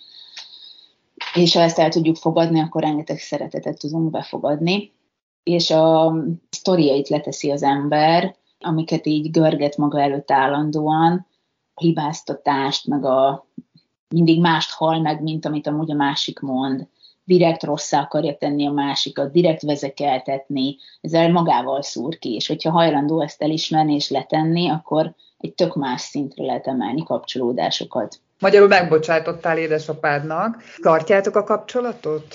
És ha ezt el tudjuk fogadni, akkor rengeteg szeretetet tudunk befogadni. És a sztoriait leteszi az ember, amiket így görget maga előtt állandóan, a hibáztatást, meg mindig mást hall meg, mint amit amúgy a másik mond. Direkt rosszá akarja tenni a másikat, direkt vezekeltetni, ezzel magával szúr ki, és hogyha hajlandó ezt elismerni és letenni, akkor egy tök más szintre lehet emelni kapcsolódásokat. Magyarul megbocsátottál édesapádnak. Tartjátok a kapcsolatot?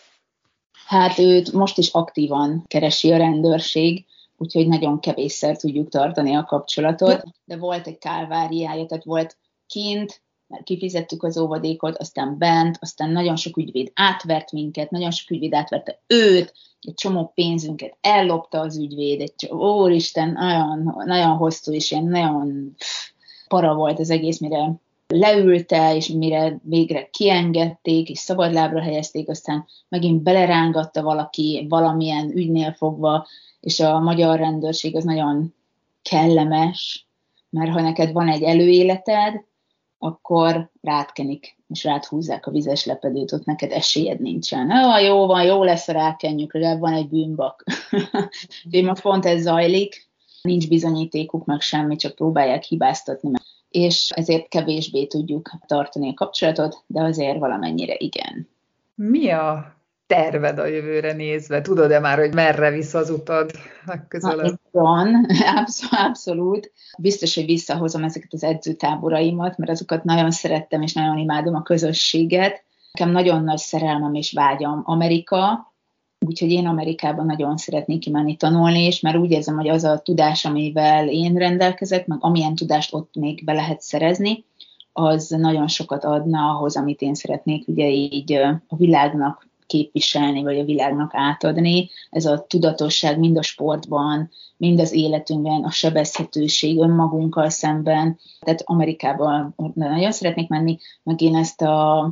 Hát őt most is aktívan keresi a rendőrség, úgyhogy nagyon kevésszer tudjuk tartani a kapcsolatot, de volt egy kálváriája, tehát volt kint, mert kifizettük az óvadékot, aztán bent, aztán nagyon sok ügyvéd átvert minket, nagyon sok ügyvéd átverte őt, egy csomó pénzünket ellopta az ügyvéd, úristen, nagyon, nagyon hosszú és ilyen nagyon para volt az egész, mire leülte, és mire végre kiengedték, és szabadlábra helyezték, aztán megint belerángatta valaki valamilyen ügynél fogva, és a magyar rendőrség az nagyon kellemes, mert ha neked van egy előéleted, akkor rátkenik, és ráthúzzák a vizes lepedőt, ott neked esélyed nincsen. Jó van, jó lesz, rákenjük, legalább van egy bűnbak. Úgyhogy most pont ez zajlik, nincs bizonyítékuk, meg semmi, csak próbálják hibáztatni, és ezért kevésbé tudjuk tartani a kapcsolatot, de azért valamennyire igen. Mi a terved a jövőre nézve? Tudod-e már, hogy merre visz az utad legközelebb? Van, abszolút. Biztos, hogy visszahozom ezeket az edzőtáboraimat, mert azokat nagyon szerettem, és nagyon imádom a közösséget. Nekem nagyon nagy szerelmem és vágyam Amerika, úgyhogy én Amerikában nagyon szeretnék kimenni tanulni, és már úgy érzem, hogy az a tudás, amivel én rendelkezek, meg amilyen tudást ott még be lehet szerezni, az nagyon sokat adna ahhoz, amit én szeretnék ugye így a világnak képviselni, vagy a világnak átadni. Ez a tudatosság mind a sportban, mind az életünkben, a sebezhetőség önmagunkkal szemben. Tehát Amerikában nagyon szeretnék menni, meg én ezt a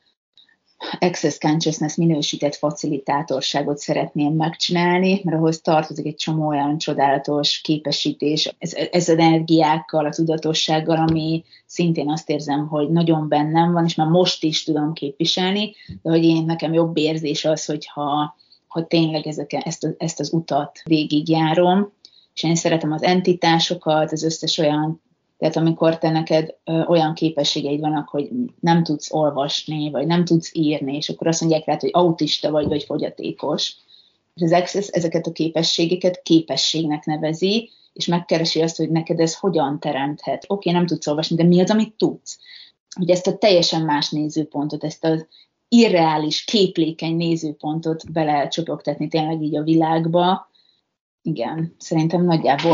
Access Consciousness minősített facilitátorságot szeretném megcsinálni, mert ahhoz tartozik egy csomó olyan csodálatos képesítés, ez az energiákkal, a tudatossággal, ami szintén azt érzem, hogy nagyon bennem van, és már most is tudom képviselni, de hogy nekem jobb érzés az, hogyha tényleg ezt az utat végigjárom, és én szeretem az entitásokat, az összes olyan. Tehát amikor te neked olyan képességeid vannak, hogy nem tudsz olvasni, vagy nem tudsz írni, és akkor azt mondják rád, hogy autista vagy fogyatékos. És az Access ezeket a képességeket képességnek nevezi, és megkeresi azt, hogy neked ez hogyan teremthet. Oké, nem tudsz olvasni, de mi az, amit tudsz? Hogy ezt a teljesen más nézőpontot, ezt az irreális, képlékeny nézőpontot bele csopogtatni tényleg így a világba. Igen, szerintem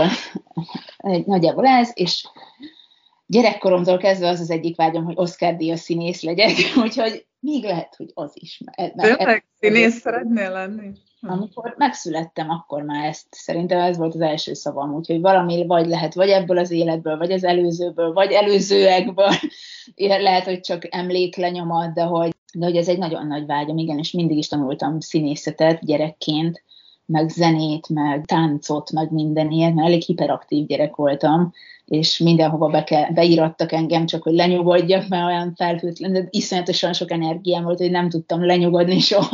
nagyjából ez, és gyerekkoromtól kezdve az egyik vágyam, hogy Oscar-díjas színész legyek, úgyhogy még lehet, hogy az is. Tényleg színész szeretnél lenni? Amikor megszülettem, akkor már ezt szerintem ez volt az első szavam, úgyhogy valami vagy lehet, vagy ebből az életből, vagy az előzőből, vagy előzőekből, lehet, hogy csak emléklenyomat, de hogy ez egy nagyon nagy vágyam, igen, és mindig is tanultam színészetet gyerekként, meg zenét, meg táncot, meg mindenért, mert elég hiperaktív gyerek voltam, és mindenhova beírattak engem, csak hogy lenyugodjak, mert olyan felhőtlen, de iszonyatosan sok energiám volt, hogy nem tudtam lenyugodni soha.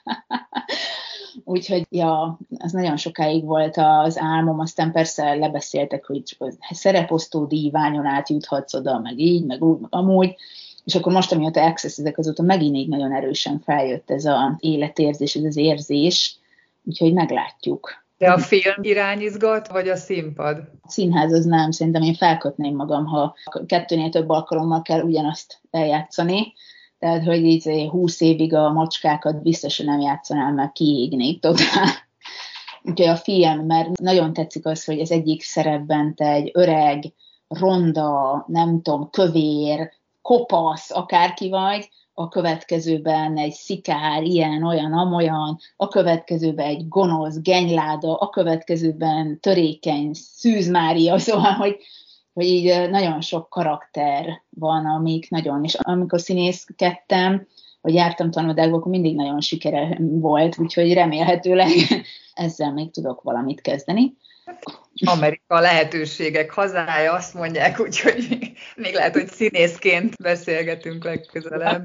Úgyhogy, az nagyon sokáig volt az álmom, aztán persze lebeszéltek, hogy szereposztó díványon átjuthatsz oda, meg így, meg úgy, meg amúgy, és akkor most, amióta Access-ezek azóta megint így nagyon erősen feljött ez az életérzés, ez az érzés, úgyhogy meglátjuk. De a film irányizgat, vagy a színpad? A színház az nem, szerintem én felkötném magam, ha 2-nél több alkalommal kell ugyanazt eljátszani. Tehát, hogy így 20 évig a macskákat biztosan nem játszanám, mert kiégnék totál. Úgyhogy a film, mert nagyon tetszik az, hogy az egyik szerepben te egy öreg, ronda, nem tudom, kövér, kopasz, akárki vagy, a következőben egy szikár, ilyen, olyan, amolyan, a következőben egy gonosz genyláda, a következőben törékeny Szűz Mária, szóval, hogy így nagyon sok karakter van, amik nagyon, és amikor színészkedtem, vagy jártam tanulódákba, akkor mindig nagyon sikere volt, úgyhogy remélhetőleg ezzel még tudok valamit kezdeni. Amerika lehetőségek hazája, azt mondják, úgyhogy még lehet, hogy színészként beszélgetünk legközelebb.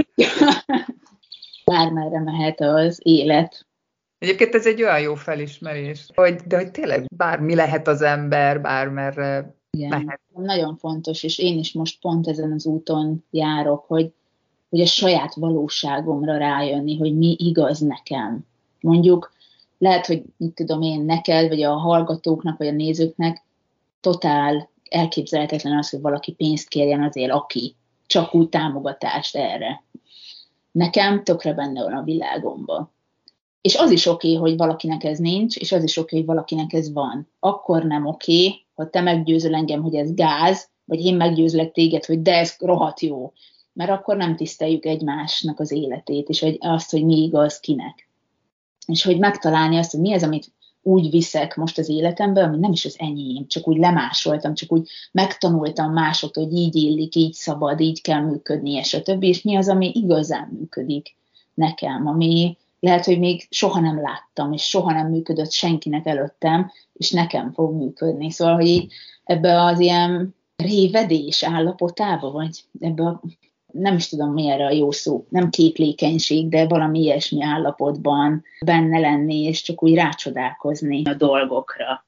Bármerre mehet az élet. Egyébként ez egy olyan jó felismerés, de hogy tényleg bármi lehet az ember, bármerre mehet. Nagyon fontos, és én is most pont ezen az úton járok, hogy a saját valóságomra rájönni, hogy mi igaz nekem. Mondjuk lehet, hogy mit tudom én, neked, vagy a hallgatóknak, vagy a nézőknek totál elképzelhetetlen az, hogy valaki pénzt kérjen azért, aki csak úgy támogatást erre. Nekem tökre benne van a világomban. És az is oké, hogy valakinek ez nincs, és az is oké, hogy valakinek ez van. Akkor nem oké, ha te meggyőzöl engem, hogy ez gáz, vagy én meggyőzlek téged, hogy de ez rohadt jó. Mert akkor nem tiszteljük egymásnak az életét, és azt, hogy mi igaz kinek. És hogy megtalálni azt, hogy mi az, amit úgy viszek most az életemben, ami nem is az enyém, csak úgy lemásoltam, csak úgy megtanultam másoktól, hogy így illik, így szabad, így kell működni, és a többi, és mi az, ami igazán működik nekem, ami lehet, hogy még soha nem láttam, és soha nem működött senkinek előttem, és nekem fog működni. Szóval, hogy így ebbe az ilyen révedés állapotába, vagy ebbe a, nem is tudom, mi erre a jó szó, nem képlékenység, de valami ilyesmi állapotban benne lenni, és csak úgy rácsodálkozni a dolgokra.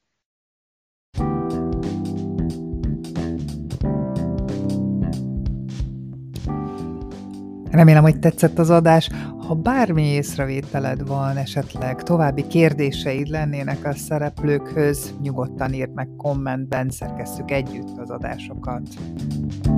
Remélem, hogy tetszett az adás. Ha bármi észrevételed van, esetleg további kérdéseid lennének a szereplőkhöz, nyugodtan írd meg kommentben, szerkesszük együtt az adásokat.